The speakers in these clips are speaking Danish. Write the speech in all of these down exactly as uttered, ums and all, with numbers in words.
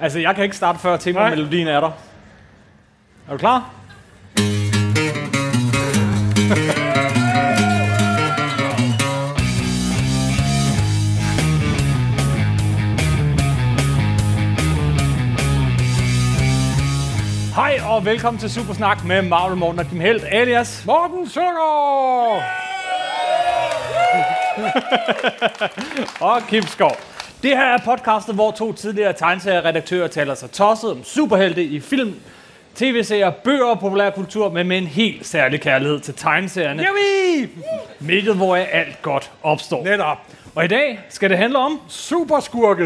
Altså, jeg kan ikke starte før tema-melodien er der. Er du klar? Hej og velkommen til Supersnak med Marvel Morten og Kim Helt, alias Morten Søgaard! og Kim Skov. Det her er podcastet, hvor to tidligere tegneserieredaktører taler sig tosset om superhelte i film, tv-serier, bøger og populærkultur, men med en helt særlig kærlighed til tegneserierne. Jamen! Mediet, hvor alt godt opstår. Netop. Og i dag skal det handle om Superskurke.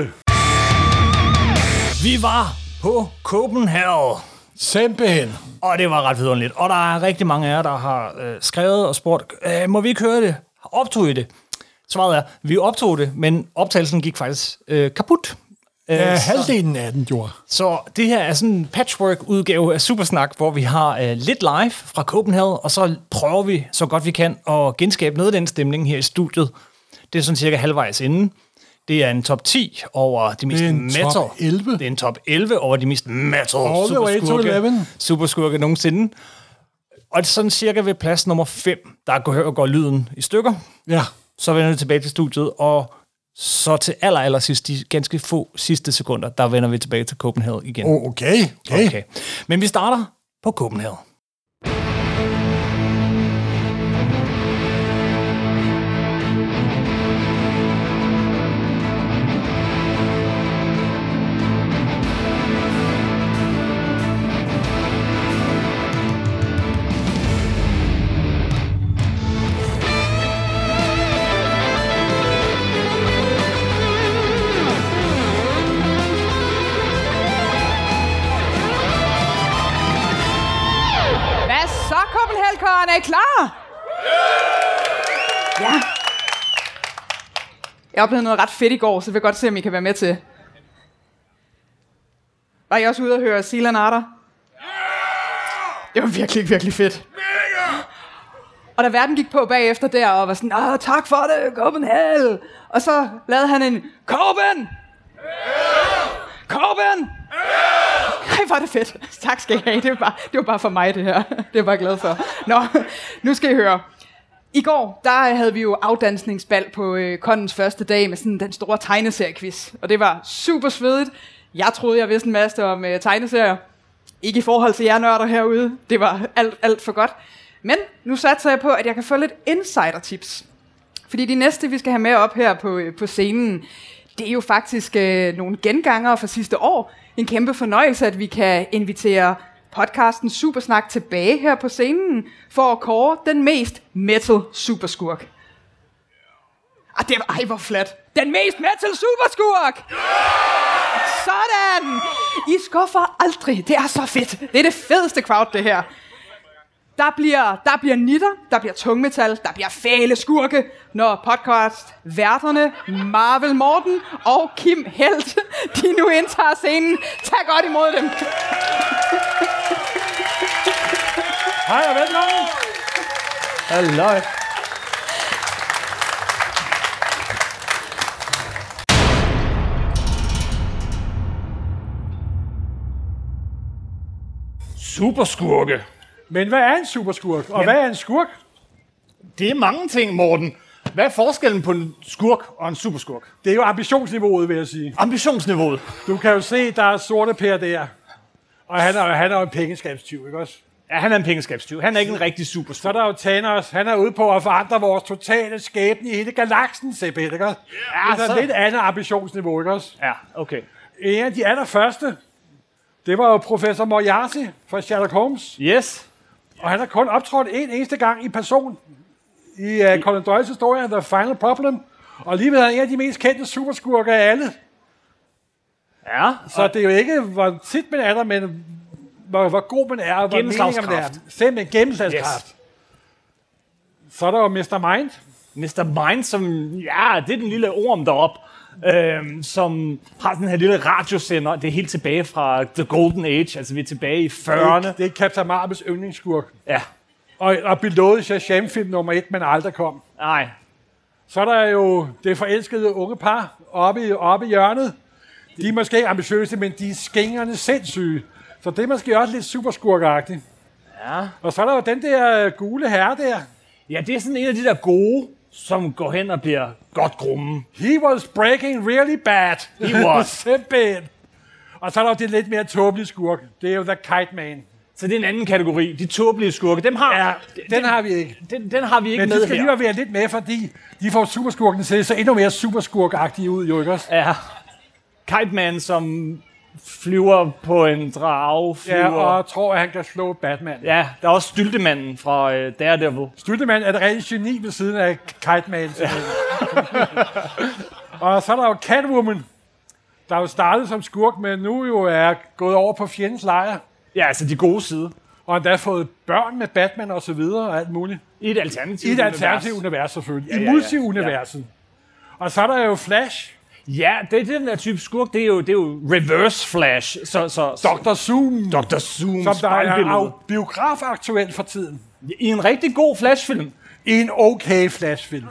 Vi var på Copenhagen. Simpelthen. Og det var ret vidunderligt. Og der er rigtig mange af jer, der har øh, skrevet og spurgt, øh, må vi ikke høre det? Optog I det? Svaret er, vi optog det, men optagelsen gik faktisk øh, kaput. Ja, øh, halvdelen af den gjorde. Så det her er sådan en patchwork-udgave af Supersnak, hvor vi har øh, lidt live fra Copenhagen, og så prøver vi så godt vi kan at genskabe noget af den stemning her i studiet. Det er sådan cirka halvvejs inden. Det er en top ti over de mest metal. Top elleve. Det er en top elleve over de mest metal All the way to elleve. Superskurke nogensinde. Og det er sådan cirka ved plads nummer fem, der går, går lyden i stykker. Ja. Så vender vi tilbage til studiet, og så til aller, aller sidst, de ganske få sidste sekunder, der vender vi tilbage til Copenhagen igen. Oh, okay. okay. Okay. Men vi starter på Copenhagen. Er I klar? Ja. Jeg oplevede noget ret fedt i går, så vil jeg godt se, om I kan være med til. Var I også ude at høre Seal and Ardor? Det var virkelig, virkelig fedt. Og da verden gik på bagefter der, og var sådan, ah, tak for det, Copenhagen. Og så lavede han en, Copen! Copen! Ej, hvor er det fedt. Tak skal I have. Det var, bare, det var bare for mig, det her. Det er jeg bare glad for. Nå, nu skal I høre. I går, der havde vi jo afdansningsbal på øh, Konnens første dag med sådan den store tegneseriequiz. Og det var super svedigt. Jeg troede, jeg vidste en masse om øh, tegneserier. Ikke i forhold til jer nørder herude. Det var alt, alt for godt. Men nu satser jeg på, at jeg kan få lidt insider-tips. Fordi de næste, vi skal have med op her på, øh, på scenen, det er jo faktisk øh, nogle gengangere fra sidste år. En kæmpe fornøjelse, at vi kan invitere podcasten Supersnak tilbage her på scenen for at kåre den mest metal superskurk. Ah, det var, ej, hvor flat. Den mest metal superskurk! Sådan! I skuffer aldrig. Det er så fedt. Det er det fedeste crowd, det her. Der bliver, der bliver nitter, der bliver tungmetal, der bliver fæle skurke, når podcast-værterne Marvel Morten og Kim Helt, de nu indtager scenen. Tag godt imod dem. Hej og velkommen. Hallo. Superskurke. Men hvad er en superskurk, og Men, hvad er en skurk? Det er mange ting, Morten. Hvad er forskellen på en skurk og en superskurk? Det er jo ambitionsniveauet, vil jeg sige. Ambitionsniveauet. Du kan jo se, der er sorte Per der. Og han er, han er jo en pengeskabstyv, ikke også? Ja, han er en pengeskabstyv. Han er ikke en rigtig superskurk. Så er der jo Thanos. Han er ude på at forandre vores totale skæbne i hele galaksen, simpelthen, ikke også? Ja, det er så lidt andet ambitionsniveau, ikke også? Ja, okay. En af de allerførste, det var jo professor Moriarty fra Sherlock Holmes. Yes. Og han har kun optrådt en eneste gang i person i uh, Conan Doyles historie, The Final Problem. Og alligevel er han en af de mest kendte superskurker af alle. Ja. Så det er jo ikke, hvor tit man er der, men hvor, hvor god man er, og hvor meninger man er. Simpelthen gennemslagskraft. Yes. Så er der jo mister Mind. mister Mind, som, ja, det er den lille orm deroppe. Øhm, som har den her lille radiosender. Det er helt tilbage fra The Golden Age, altså vi er tilbage i fyrrerne. Det er Captain Marvels yndlingsskurk. Ja. Og, og Below Shazam-film nummer et, men aldrig kom. Nej. Så er der jo det forelskede unge par oppe i, oppe i hjørnet. De er måske ikke ambitiøse, men de er skængerne sindssyge. Så det er måske også lidt superskurkagtigt. Ja. Og så er der jo den der gule herre der. Ja, det er sådan en af de der gode, som går hen og bliver godt grumme. He was breaking really bad. He was. Simpelthen. Og så er der jo det lidt mere tåbelige skurk. Det er jo The Kite Man. Så det er en anden kategori. De tåbelige skurke, dem har, Ja, den, den har vi ikke. Den, den har vi ikke Men med her. det skal lige være lidt med, fordi de får superskurken til så endnu mere superskurkagtige ud, jo ikke også? Ja. Kite Man, som flyver på en drage. Flyver. Ja, og tror, at han kan slå Batman. Ja, der er også Styltemanden fra uh, Daredevil. Styltemand er et rent geni ved siden af Kite Man. Ja. Og så er der jo Catwoman, der jo startede som skurk, men nu jo er gået over på fjendens lejr. Ja, altså de gode side. Og endda fået børn med Batman og så videre og alt muligt. I et alternativt I et univers. alternativt univers, selvfølgelig. Ja, I ja, ja. multi-universet. Ja. Og så er der jo Flash. Ja, det er den der type skurk, det er jo, det er jo Reverse Flash. Så, så, doktor Zoom. doktor Zoom, som der er spejlbillede. af biograf aktuelt for tiden. I en rigtig god Flash-film. I en okay Flash-film.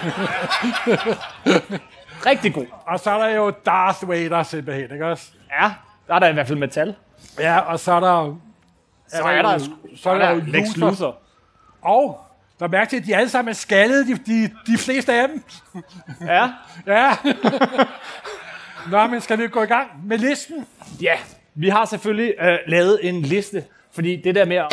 Rigtig god. Og så er der jo Darth Vader simpelthen, ikke også? Ja, der er der i hvert fald metal. Ja, og så er der... Så er der, så er der, jo Lex Luthor. Luthor. Og der mærke til, at de alle sammen er skaldede, de, de, de fleste af dem. Ja. Ja. Nå, men skal vi gå i gang med listen? Ja, vi har selvfølgelig øh, lavet en liste, fordi det der med at...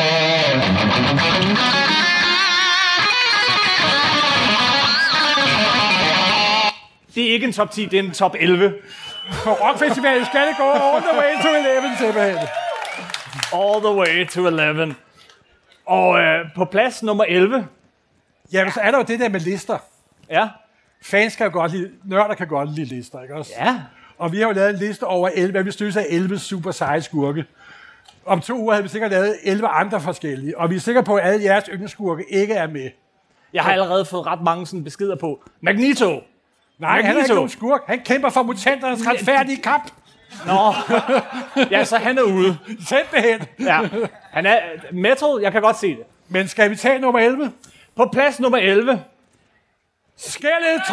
Det er ikke en top ti, det er en top elleve. På Rockfestivalen skal det gå all the way to elleve, simpelthen. All the way to elleve. Og øh, på plads nummer elleve... Jamen, så er der jo det der med lister. Ja. Fans kan jo godt lide, nørder kan godt lide lister, ikke også? Ja. Og vi har jo lavet en liste over elleve, hvad vi synes er elleve super seje skurke. Om to uger havde vi sikkert lavet elleve andre forskellige, og vi er sikre på, at alle jeres yndlingsskurke ikke er med. Jeg har allerede fået ret mange sådan beskeder på. Magneto! Nej, Magneto. Han er ikke nogen skurk. Han kæmper for mutanternes retfærdige kamp. Nå, ja, så han er ude. Simpelthen. Ja. Han er metal, jeg kan godt se det. Men skal vi tage nummer elleve? På plads nummer elleve. Skeletor!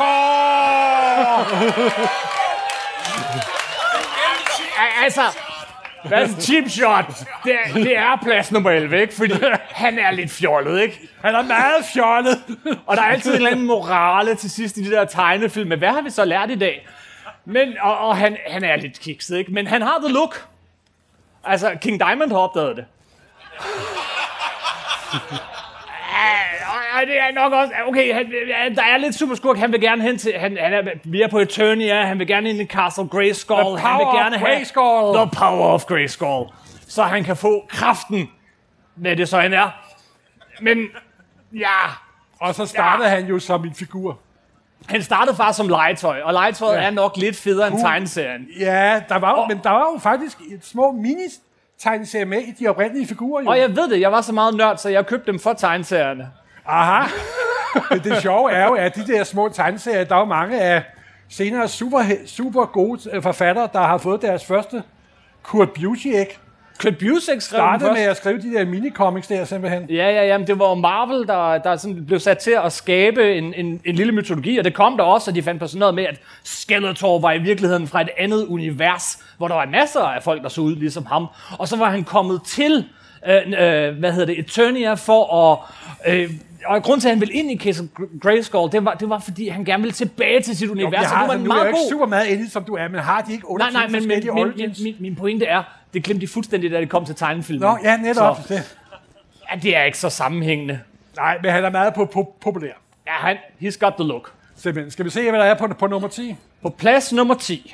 Altså, hvad er cheap shot? Det er, det er plads nummer elleve, ikke? Fordi han er lidt fjollet, ikke? Han er meget fjollet. Og der er altid en eller anden morale til sidst i de der tegnefilm. Men hvad har vi så lært i dag? Men, og, og han, han er lidt kikset, ikke? Men han har the look. Altså, King Diamond har opdaget det. Og det er nok også... Okay, han, der er lidt superskurk. Han vil gerne hen til... Han, han er, vi er på Eternia. Han vil gerne ind i Castle Grayskull. Han vil gerne have the power of Grayskull. Så han kan få kraften, hvad det så han er. Men, ja... Og så startede ja. han jo som en figur. Han startede faktisk som legetøj, og legetøjet ja. er nok lidt federe end uh, tegneserien. Ja, der var, og, men der var jo faktisk et små mini-tegneserier med i de oprindelige figurer. Jo. Og jeg ved det, jeg var så meget nørd, så jeg købte dem for tegneserierne. Aha. Men det sjove er jo, at de der små tegneserier, der er jo mange af senere super, super gode forfattere, der har fået deres første Kurt Busiek. Kurt Busiek skrev startede med at skrive de der minicomics der simpelthen. Ja, ja, ja, men det var Marvel, der, der sådan blev sat til at skabe en, en, en lille mytologi, og det kom der også, og de fandt på sådan noget med, at Skeletor var i virkeligheden fra et andet univers, hvor der var masser af folk, der så ud ligesom ham. Og så var han kommet til, øh, øh, hvad hedder det, Eternia for at... Øh, og grunden til, at han ville ind i Castle Grayskull, det var, det var, fordi han gerne ville tilbage til sit univers. Jo, har, det var altså, en nu er meget jeg ikke god... super meget inde, som du er, men har de ikke nej, nej, men, men, men min, min, min pointe er, det glemte de fuldstændig, da det kom til tegnefilmen. Nå, ja, netop. Så, ja, det er ikke så sammenhængende. Nej, men han er meget på, på, populær. Ja, han, he's got the look. Simpelthen. Skal vi se, hvad der er på, på nummer ti? På plads nummer ti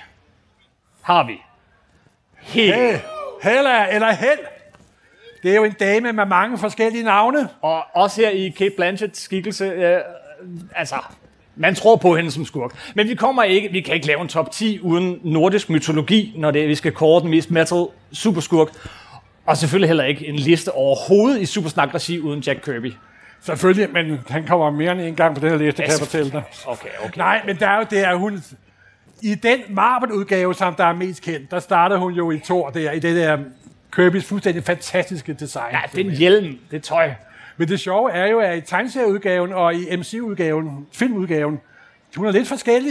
har vi Hel. Hey, Hela, eller Hel. Det er jo en dame med mange forskellige navne. Og også her i Cate Blanchetts skikkelse, øh, altså, man tror på hende som skurk. Men vi kommer ikke, vi kan ikke lave en top ti uden nordisk mytologi, når det er, vi skal kåre den mest metal superskurk. Og selvfølgelig heller ikke en liste overhovedet i Supersnak-regi uden Jack Kirby. Selvfølgelig, men han kommer mere end en gang på den her liste, kan jeg fortælle dig. Okay, okay. Nej, men der er jo det, at hun... I den Marvel-udgave, som der er mest kendt, der startede hun jo i Thor der, i det der Kirbys fuldstændig fantastiske design. Ja, det er en hjelm, det er tøj. Men det sjove er jo, at i tegneserieudgaven og i M C U-udgaven, filmudgaven, hun er lidt forskellig.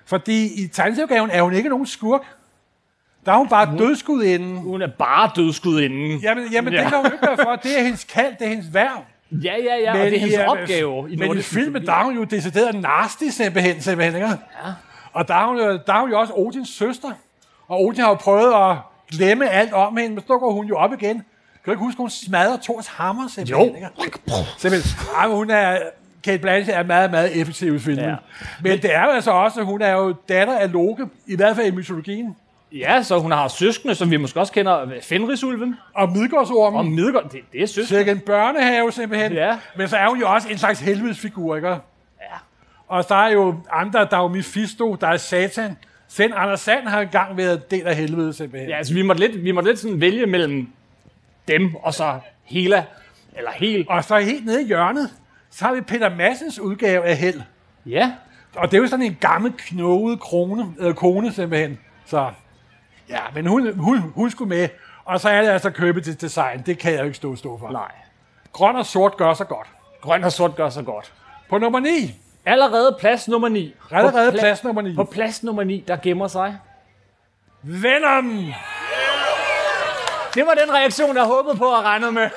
Fordi i tegneserieudgaven er hun ikke nogen skurk. Der er hun bare hun, dødsgudinden. Hun er bare dødsgudinden. Jamen, jamen ja. Det kan hun ikke være for. Det er hendes kald, det er hendes værv. Ja, ja, ja, men, og det er hendes ja, opgave. I men i filmen, der er hun jo decideret nasty simpelthen, simpelthen, ikke? Ja. Og der er, hun jo, der er hun jo også Odins søster. Og Odin har jo prøvet at glemme alt om hende, men så går hun jo op igen. Kan du ikke huske, hun smadrer Thors hammer simpelthen? Jo. Ikke? Simpelthen. Ej, hun er... Kate Blanchett er meget, meget effektiv i filmen. Ja. Men det er jo altså også, hun er jo datter af Loke, i hvert fald i mytologien. Ja, så hun har søskende, som vi måske også kender, Fenrisulven. Og Midgårdsormen. Og Midgård, det, det er søskende. Cirka en børnehave simpelthen. Ja. Men så er hun jo også en slags helvedesfigur, ikke? Ja. Og så er jo andre, der er jo Mephisto, der er Satan. Selv Anders Sand har engang været del af helvede simpelthen. Ja, altså vi måtte lidt, vi måtte lidt sådan vælge mellem dem og så Hela, eller Hel. Og så helt nede i hjørnet, så har vi Peter Madsens udgave af Hel. Ja. Og det er jo sådan en gammel knoget krone, øh, kone simpelthen. Så ja, men hun, hun, hun skulle med. Og så er det altså købe til design. Det kan jeg jo ikke stå stå for. Nej. Grøn og sort gør så godt. Grøn og sort gør så godt. På nummer ni. Allerede plads nummer ni. Allerede pla- plads nummer ni. På plads nummer ni, der gemmer sig Venom. Det var den reaktion, jeg håbede på at regne med.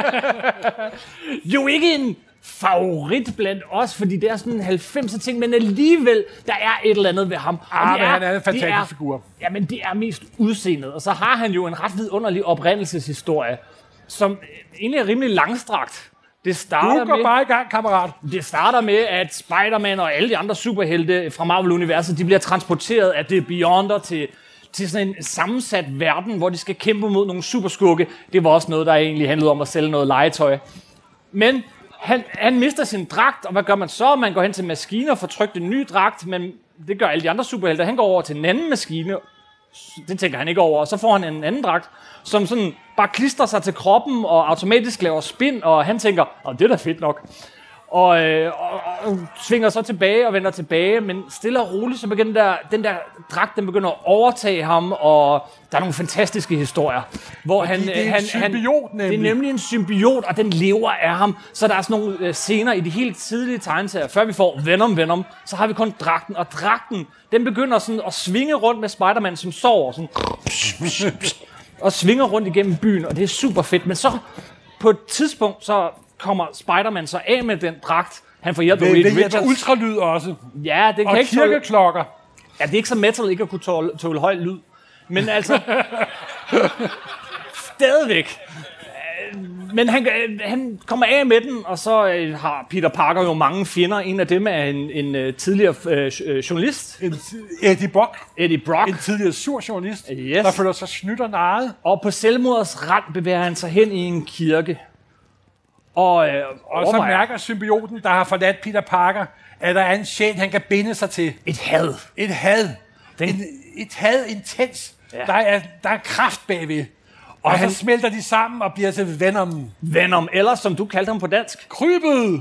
Jo ikke en favorit blandt os, fordi det er sådan en halvfemser ting, men alligevel, der er et eller andet ved ham. Ah, men er, han er en fantastisk er, figur. Ja, men det er mest udseendet. Og så har han jo en ret vidunderlig oprindelseshistorie, som egentlig er rimelig langstrakt. Det starter du går med, bare i gang, kammerat. Det starter med, at Spider-Man og alle de andre superhelte fra Marvel-universet, de bliver transporteret af The Beyonder til, til sådan en sammensat verden, hvor de skal kæmpe mod nogle superskurke. Det var også noget, der egentlig handlede om at sælge noget legetøj. Men han, han mister sin dragt, og hvad gør man så? Man går hen til maskiner og får trykt en ny dragt, men det gør alle de andre superhelte. Han går over til en anden maskine, det tænker han ikke over, og så får han en anden dragt, som sådan bare klistrer sig til kroppen og automatisk laver spin, og han tænker, åh, det er da fedt nok. Og, øh, og, og svinger så tilbage og vender tilbage, men stille og roligt, så begynder der, den der dragt, den begynder at overtage ham, og der er nogle fantastiske historier. Hvor han, det er han, en symbiot, han, det er nemlig en symbiot, og den lever af ham. Så der er sådan nogle øh, scener i de helt tidlige tegneserier, før vi får Venom, Venom, så har vi kun dragten, og dragten, den begynder sådan at svinge rundt med Spider-Man, som sover, sådan, og svinger rundt igennem byen, og det er super fedt. Men så på et tidspunkt, så kommer Spider-Man så af med den dragt. Han får hjælp af Reed Richards. Det er ultralyd også. Ja, den kan og ikke kirkeklokker. Tåle... Ja, det er ikke så metal ikke at kunne tåle, tåle høj lyd. Men altså... stadigvæk. Men han, han kommer af med den, og så øh, har Peter Parker jo mange fjender. En af dem er en, en uh, tidligere øh, journalist. En, Eddie Brock. Eddie Brock. En tidligere sur journalist, yes. der føler sig snydt og narret. Og på selvmordets rand bevæger han sig hen i en kirke. Og, øh, og så mærker symbioten, der har forladt Peter Parker, at der er en sjæl, han kan binde sig til. Et had. Et had. Den... En, et had intens. Ja. Der, er, der er kraft bagved. Og, og han... så smelter de sammen og bliver til Venom. Venom, eller som du kaldte ham på dansk. Krybet!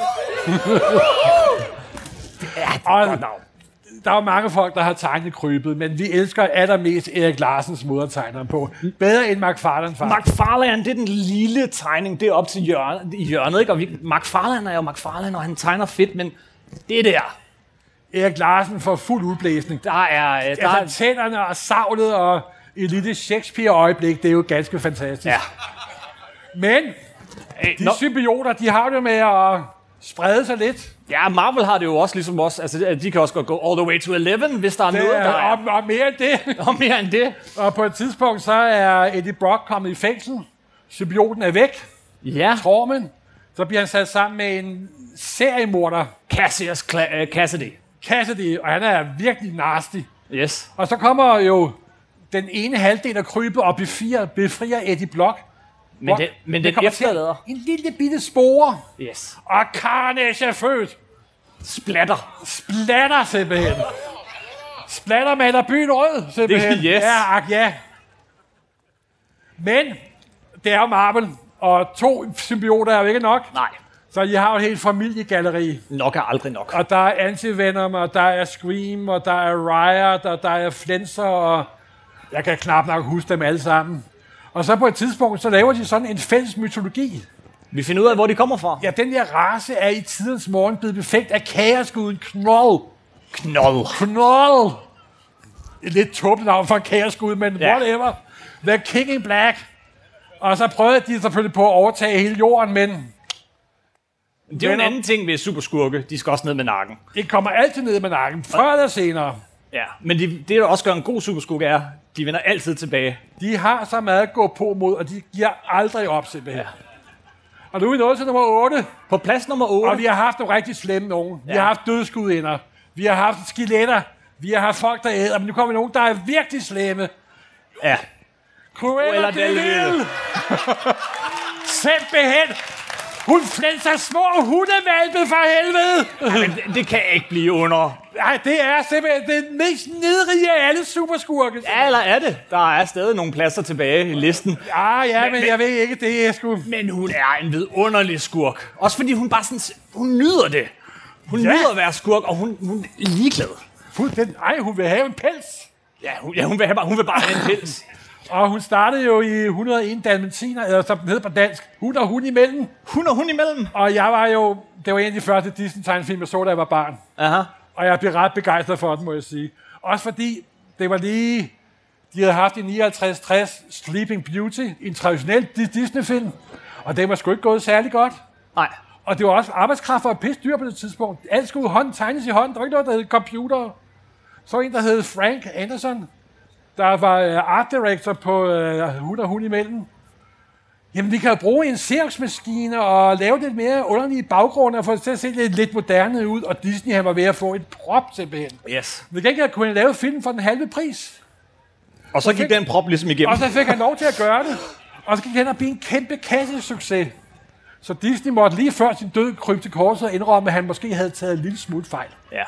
Ja, det og godt navn. Der er jo mange folk, der har tegnet Krybet, men vi elsker allermest Erik Larsens måde at tegne ham på. Bedre end McFarlane, faktisk. McFarlane, det er den lille tegning, det er op til hjørnet, i hjørnet, ikke? Og vi, McFarlane er jo McFarlane, og han tegner fedt, men det der... Erik Larsen får fuld udblæsning. Der er... Der altså, tænderne og savlet og et lille Shakespeare-øjeblik, det er jo ganske fantastisk. Ja. Men de no. symbioter, de har det med at sprede sig lidt. Ja, Marvel har det jo også ligesom os. Altså, de kan også godt gå all the way to eleven, hvis der er det noget, der er... Og, og mere end det. Og mere end det. Og på et tidspunkt, så er Eddie Brock kommet i fængsel. Symbioten er væk. Ja. Tror man. Så bliver han sat sammen med en seriemorder. Cassius Cla- uh, Cassidy. Cassidy, og han er virkelig nasty. Yes. Og så kommer jo den ene halvdel af Krybet og befrier, befrier Eddie Brock. Men, det, men den efterlader... En lille bitte spore. Yes. Og Carnage er født. Splatter. Splatter simpelthen. Splatter maler byen rød simpelthen. Det, yes. Ja, ak, ja. Men det er jo Marvel, og to symbioter er jo ikke nok. Nej. Så I har jo et helt familiegalleri. Nok er aldrig nok. Og der er Anti-Venom, og der er Scream, og der er Riot, og der er Flenser, og jeg kan knap nok huske dem alle sammen. Og så på et tidspunkt, så laver de sådan en fælles mytologi. Vi finder ud af, hvor de kommer fra. Ja, den der race er i tidens morgen blevet befængt af kaosguden Knoll. Knold. Knold. Et lidt tåbeligt navn for en kaosgud, men Ja. whatever. The King in Black. Og så prøvede de selvfølgelig på at overtage hele jorden, men Det er jo en anden ting ved superskurke. De skal også ned med nakken. det kommer altid ned med nakken, før eller senere. Ja, men det, det der også gør en god superskurke er, de vender altid tilbage. De har så meget at gå på mod, og de giver aldrig op simpelthen. Ja. Og nu er vi nået til nummer otte. På plads nummer otte. Og vi har haft nogle rigtig slemme nogen. Vi Ja. har haft dødskudinder. Vi har haft skeletter. Vi har haft folk, der æder. Men nu kommer nogen, der er virkelig slemme. Ja. Cruella de Vil. Simpelthen. Hun flænser små hundevalpe for helvede. Men det, det kan ikke blive under. Nej, det er simpelthen det mest nedrige af alle superskurke. Ja, eller er det? Der er stadig nogle pladser tilbage i listen. Ah, ja, men, Men- men jeg ved ikke, det er sgu... Men hun er en vidunderlig skurk. Også fordi hun bare sådan... Hun nyder det. Hun Ja. ja. nyder at være skurk, og hun, hun er ligeglad. Fuldstændig. Ej, hun vil have en pels. Ja, hun, ja, hun, vil, have bare, hun vil bare have en pels. Og hun startede jo i et hundrede og en dalmatiner, eller som den hedder på dansk, hun og hun imellem. Hun og hun imellem. Og jeg var jo, det var en af de første Disney-tegnefilm, jeg så, da jeg var barn. Aha. Og jeg blev ret begejstret for den, må jeg sige. Også fordi, det var lige, de havde haft i nioghalvtreds tres Sleeping Beauty, en traditionel Disney-film. Og det var sgu ikke gået særlig godt. Nej. Og det var også arbejdskraft og pisse dyr på det tidspunkt. Alt skulle hånd, tegnes i hånden. Der var ikke noget, der hed computer. Så en, der hed Frank Anderson, der var uh, art director på uh, Hun og Hun imellem. Jamen, vi kan bruge en Xerox-maskine og lave lidt mere underlige baggrunde og få det til at se lidt, lidt moderne ud. Og Disney han var ved at få et prop simpelthen. Yes. Men gengæld kunne han lave film for den halve pris. Og så gik den prop ligesom igennem. Og så fik han lov til at gøre det. Og så gik han og blive en kæmpe kassesucces. Så Disney måtte lige før sin død krybe til korset og indrømme, at han måske havde taget en lille smut fejl. Ja.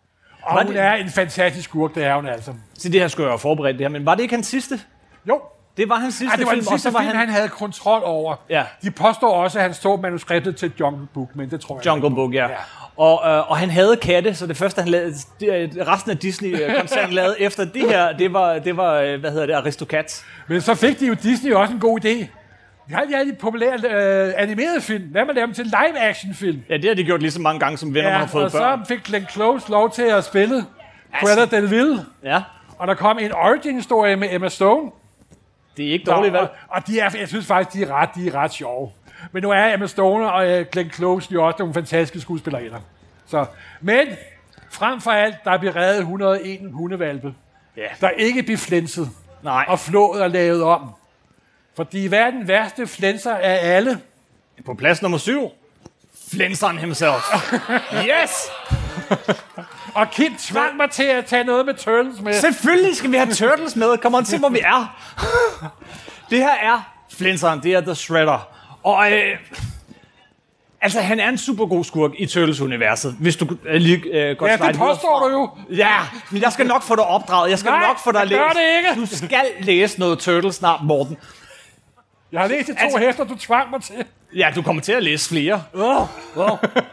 Og Var hun det- er en fantastisk skurk, det er hun altså. Så det her skulle jeg jo forberedt det her, men var det ikke hans sidste? Jo, Det var hans sidste Ej, det var den film, og sidste så var film, han... han havde kontrol over. Ja. De påstår også, at han så manuskriptet til Jungle Book, men det tror jeg Jungle ikke. Book, ja. Ja. Og, øh, og han havde katte, så det første, han lavede, det, resten af Disney-koncernen lavede efter det her, det var, det var øh, hvad hedder det, Aristocats. Men så fik de jo Disney også en god idé. De har de alle de populære øh, animerede film. Hvad man laver dem til live-action-film? Ja, det har de gjort lige så mange gange, som venner, man har og fået så børn. fik Glenn Close lov til at spille Cruella de Vil. Ja, Og der kom en origin-historie med Emma Stone. det er ikke dårligt valg. Og, og de er, jeg synes faktisk, de er ret, de er ret sjove. Men nu er Emma Stone og uh, Glenn Close jo også nogle fantastiske skuespillerinder. Så, men frem for alt, der bliver reddet et hundrede og en hundevalpe. Ja. Der ikke bliver flænset Nej, og flået og lavet om. Fordi hvad er den værste flænser af alle? på plads nummer syv, Flenseren himself. Yes! Og Kim tvang mig til at tage noget med Turtles med. Selvfølgelig skal vi have Turtles med. Kom on, se hvor vi er. Det her er Flenseren, det er The Shredder. Og øh, altså, han er en super god skurk i Turtles-universet, hvis du øh, lige øh, godt Ja, slide det videre påstår fra. du jo. Ja, men jeg skal nok få dig opdraget. Jeg skal Nej, nok få dig jeg gør læst. det ikke. Du skal læse noget Turtles snart, Morten. Jeg har læst de to Altså- hæfter, du tvang mig til. Ja, du kommer til at læse flere. Oh, oh.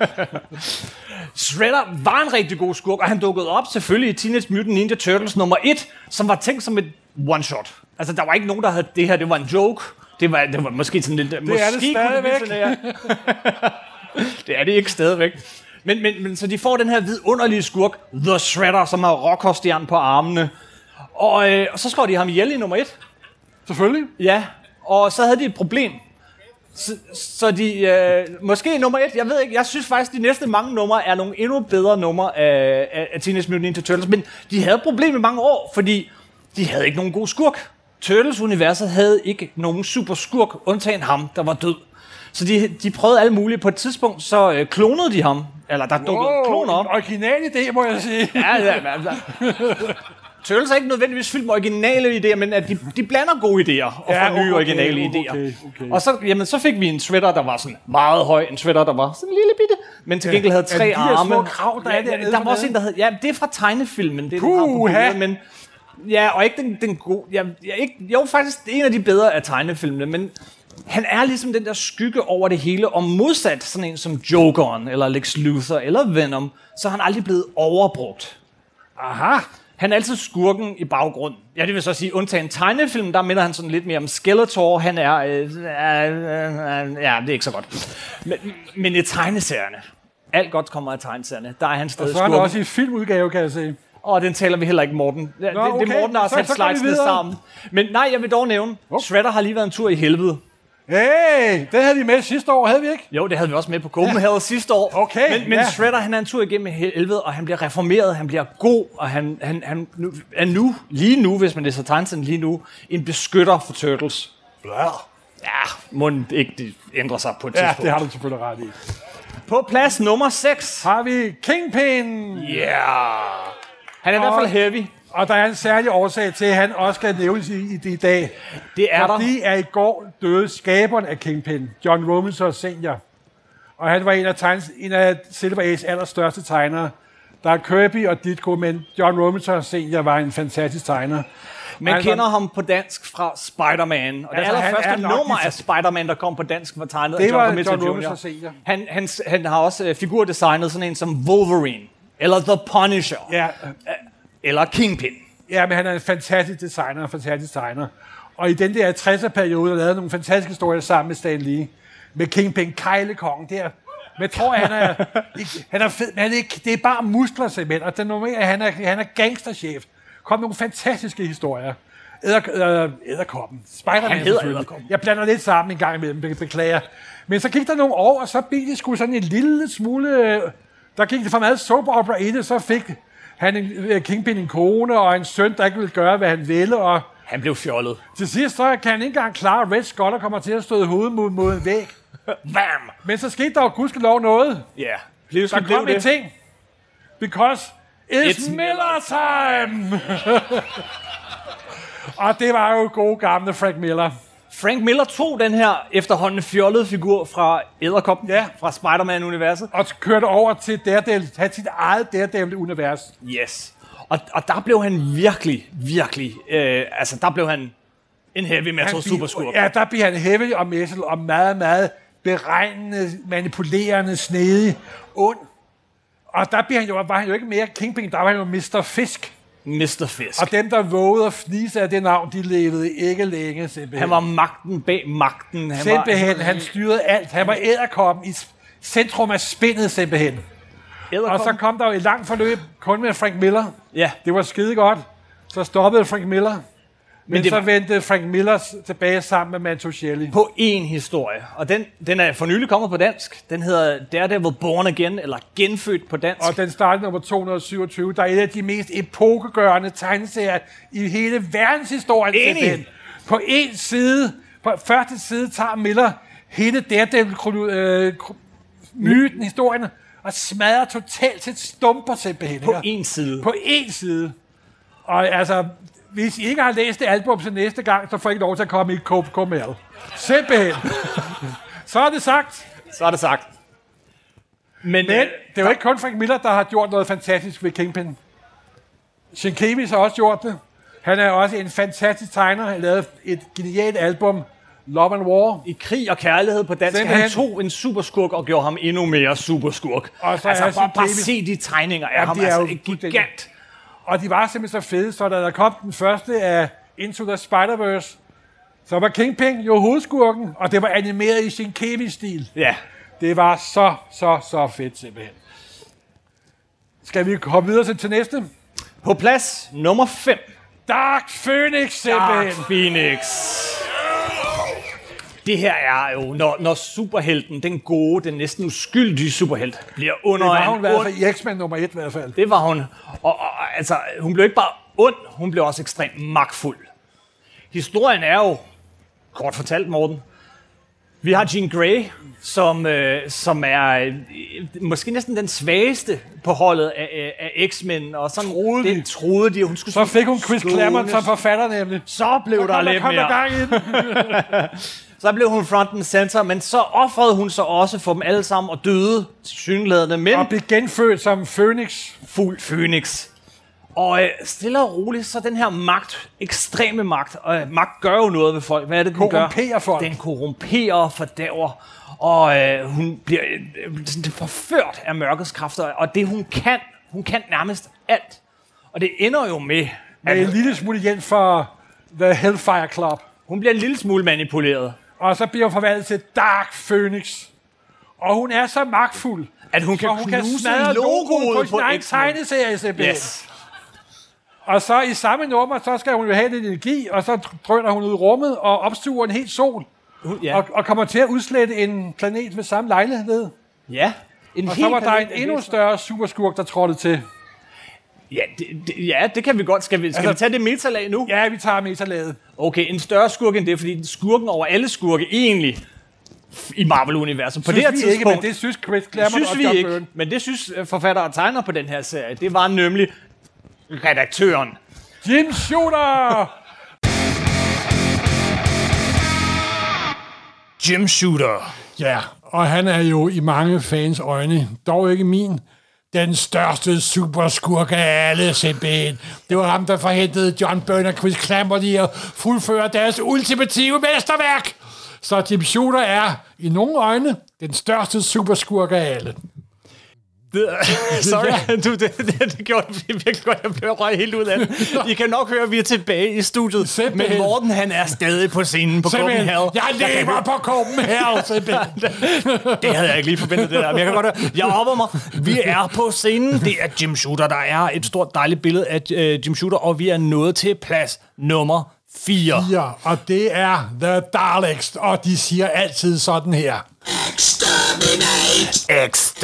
Shredder var en rigtig god skurk, og han dukkede op selvfølgelig i Teenage Mutant Ninja Turtles nummer et, som var tænkt som et one-shot. Altså, der var ikke nogen, der havde det her, det var en joke. Det var, det var måske sådan lidt... Det er det stadigvæk. Det er det ikke stadigvæk. Men, men, men så de får den her vidunderlige skurk, The Shredder, som har rockerstjerne på armene. Og, øh, og så skrev de ham ihjel i nummer et. Selvfølgelig. Ja, og så havde de et problem. Så, så de, øh, måske nummer et, jeg ved ikke, jeg synes faktisk, de næste mange numre er nogle endnu bedre numre af, af, af Teenage Mutant Ninja Turtles, men de havde et problem i mange år, fordi de havde ikke nogen god skurk. Turtles-universet havde ikke nogen super skurk, undtagen ham, der var død. Så de, de prøvede alle mulige. På et tidspunkt, så øh, klonede de ham, eller der dukkede wow, kloner op. En original idé, må jeg sige. Ja, ja, ja, ja. Turtles er ikke nødvendigvis fyldt med originale idéer, men at de, de blander gode idéer og Ja, får nye okay, originale okay, idéer. okay, okay. Og så, jamen, så fik vi en Shredder, der var sådan meget høj, en Shredder, der var sådan en lille bitte, men til gengæld havde tre de her arme. små krav, der er ja, dernede der var for også neden? en, der hed, ja, det er fra tegnefilmen, det er den har på Puha! billedet, men ja, og ikke den, den gode, ja, ja, ikke, jo, faktisk en af de bedre af tegnefilmene, men han er ligesom den der skygge over det hele, og modsat sådan en som Jokeren, eller Lex Luthor, eller Venom, så er han aldrig blevet overbrugt. Aha. Han er altid skurken i baggrunden. Ja, det vil så sige, undtagen tegnefilm, der minder han sådan lidt mere om Skeletor. Han er... Øh, øh, øh, ja, det er ikke så godt. Men, men i tegneserierne, Alt godt kommer af tegneserierne. Der er han stadig Og så er skurken. der også i filmudgave, kan jeg se. Og den taler vi heller ikke, Morten. Det, Nå, det, okay. det er Morten, der har Så- sat så går vi slidesene videre. sammen. Men nej, jeg vil dog nævne, Oh. Shredder har lige været en tur i helvede. Hey, det havde vi med sidste år, havde vi ikke? Jo, det havde vi også med på Copenhagen ja. sidste år. Okay, Men, men ja. Shredder, han er en tur igennem helvede, og han bliver reformeret, han bliver god, og han, han, han nu, er nu, lige nu, hvis man læser tegneserien lige nu, en beskytter for Turtles. Ja, må ikke det ændre sig på et Ja, tidspunkt. det har du selvfølgelig ret i. På plads nummer seks. Har vi Kingpin. Yeah. Han er i hvert fald heavy. Og der er en særlig årsag til, at han også skal nævnes i, i det i dag. Det er der. Fordi at i går døde skaberen af Kingpin, John Romita senior Og han var en af, tegns, en af Silver Age allerstørste tegnere. Der er Kirby og Ditko, men John Romita senior var en fantastisk tegner. Man Han kender var- ham på dansk fra Spider-Man. Og det Altså, han allerførste er nok nummer de- af Spider-Man, der kom på dansk, var tegnet Det af John var Romita John junior Romita senior Han, han, han har også uh, figurdesignet sådan en som Wolverine, eller The Punisher, Ja, eller Kingpin. ja, men han er en fantastisk designer, en fantastisk tegner. Og i den der tresser-periode, der lavede nogle fantastiske historier sammen med Stan Lee. Med Kingpin, Kejlekongen der. Men jeg tror, han er, ikke, han er fed, men han er ikke, det er bare muskler simpelthen. Og den nummer, han er, han er gangsterchef. Kom nogle fantastiske historier. Æder, øh, æderkoppen. Spider-Man Han hedder selvfølgelig. Edderkoppen. Jeg blander lidt sammen en gang imellem, be- beklager. Men så gik der nogle år, og så blev det sgu sådan en lille smule... øh, Der gik det for meget soap opera i det, så fik han en, øh, Kingpin en kone og en søn, der ikke ville gøre, hvad han ville, og Han blev fjollet. til sidst så kan han ikke engang klare, at Red Skull og kommer til at støde hovedet mod, mod en væg. Bam! Men så skete der jo gudskelov noget. Ja, yeah. Der kom en ting. Because it's, It's Miller time! Og det var jo gode gamle Frank Miller. Frank Miller tog den her efterhånden fjollede figur fra Edderkoppen, Ja. fra Spider-Man-universet. Og kørte over til Daredevil, have sit eget Daredevil-univers. Yes. Og, og der blev han virkelig, virkelig... Øh, altså, der blev han en heavy metal Han superskurk. Ja, der bliver han heavy og metal og meget, meget beregnende, manipulerende, snedig, ond. Og der bliver han jo, var han jo ikke mere Kingpin, der var han jo mister Fisk. mister Fisk. Og dem, der vågede at fnise af det navn, de levede ikke længe, simpelthen. Han var magten bag magten. Han Simpelthen, var, han styrede alt. Han var æderkoppen i centrum af spindet, simpelthen. Og så kom der jo et langt forløb kun med Frank Miller. Ja, Det var skide godt. Så stoppede Frank Miller. Men, Men det så var- vendte Frank Miller tilbage sammen med Mantuchelli. på én historie. Og den, den er for nylig kommet på dansk. Den hedder Daredevil Born Again, eller Genfødt på dansk. Og den startede nummer to hundrede syvogtyve. Der er et af de mest epokegørende tegneserier i hele verdenshistorien. Enig. simpelthen. På en side, på første side, tager Miller hele Daredevil-myten, historien, og smadrer totalt til stumper simpelthen. på ikke? én side. På én side. Og altså, hvis I ikke har læst det album til næste gang, så får I ikke lov til at komme i K K M L. Simpelthen. Så er det sagt. Så er det sagt. Men, Men øh, det er jo ikke kun Frank Miller, der har gjort noget fantastisk ved Kingpin. Sienkiewicz har også gjort det. Han er også en fantastisk tegner. Han har lavet et genialt album, Love and War. i Krig og Kærlighed på dansk, Simpelthen. han tog en superskurk og gjorde ham endnu mere superskurk. Og så altså, er bare, bare Sienkiewicz- se de tegninger af Jamen, ham. de er Altså, jo en fuldstændig- gigant. Og de var simpelthen så fede, så da der kom den første af Into the Spider-Verse, så var Kingpin jo hovedskurken, og det var animeret i Sienkiewicz-stil. Ja. Det var så, så, så fedt simpelthen. Skal vi hoppe videre til, til næste? På plads nummer fem. Dark Phoenix simpelthen. Dark Phoenix. Det her er jo, når, når superhelten, den gode, den næsten uskyldige superhelt, bliver under Det var hun i en hvert ond... fald i X-Men nummer et i hvert fald. Det var hun. Og, og altså, hun blev ikke bare ond, hun blev også ekstremt magtfuld. Historien er jo, kort fortalt, Morten, vi har Jean Grey, som, øh, som er øh, måske næsten den svageste på holdet af, af, af X-Men. Og sådan, Troede de. det troede de. Hun skulle Så fik hun Chris skånes. Claremont som forfatter nemlig. Så blev Så der kom der, lidt kom der mere. gang i den. Så blev hun front and center, men så offrede hun sig også for dem alle sammen og døde tilsyneladende, men Og blev genfødt som Phoenix. fuld Phoenix. Og øh, stille og roligt, så den her magt, ekstreme magt, og øh, magt gør jo noget ved folk. Hvad er det, den gør? Korrumperer folk. Den korrumperer og fordæver, og øh, hun bliver øh, sådan forført af mørkets kræfter, og det hun kan, hun kan nærmest alt. Og det ender jo med, Med en at lille smule hjælp for The Hellfire Club. hun bliver en lille smule manipuleret. Og så bliver hun forvandlet til Dark Phoenix. Og hun er så magtfuld, At hun kan, hun kan knuse smadre logoet logoet på på sin egen X-Men. tegneserie, simpelthen. Yes. Og så i samme nummer, så skal hun jo have lidt energi, og så drøner hun ud i rummet og opsuger en helt sol. Ja. Og, og kommer til at udslette en planet ved samme lejlighed. Ja. En Og helt så var der en planet, endnu større superskurk, der trådte til. Ja det, det, ja, det kan vi godt. Skal vi, skal Altså- vi tage det metalag nu? Ja, vi tager metalaget. Okay, en større skurk end det, fordi skurken over alle skurke egentlig i Marvel-universet. På Synes det her vi tidspunkt, ikke, men det synes Chris det Claremont synes og vi John ikke, Byrne. men det synes øh, forfatter og tegner på den her serie. Det var nemlig redaktøren. Jim Shooter! Jim Shooter. Ja, og han er jo i mange fans øjne, dog ikke min, den største superskurk af alle, simpelthen. Det var ham, der forhentede John Byrne og Chris Claremont i at fuldføre deres ultimative mesterværk. Så Jim Shooter er, i nogle øjne, den største superskurk af alle. Det, sorry, du, det, det, det gjorde det virkelig godt. Jeg blev røget helt ud af det. I kan nok høre, at vi er tilbage i studiet. Simpelthen. Men Morten, han er stadig på scenen på Simpelthen, Copenhagen. jeg lever på Copenhagen, simpelthen. Det havde jeg ikke lige forventet, det der. Men jeg kan godt høre, jeg opper mig. Vi er på scenen. Det er Jim Shooter. Der er et stort, dejligt billede af uh, Jim Shooter, og vi er nået til plads nummer fire. Ja, og det er The Daleks, og de siger altid sådan her. Exterminate.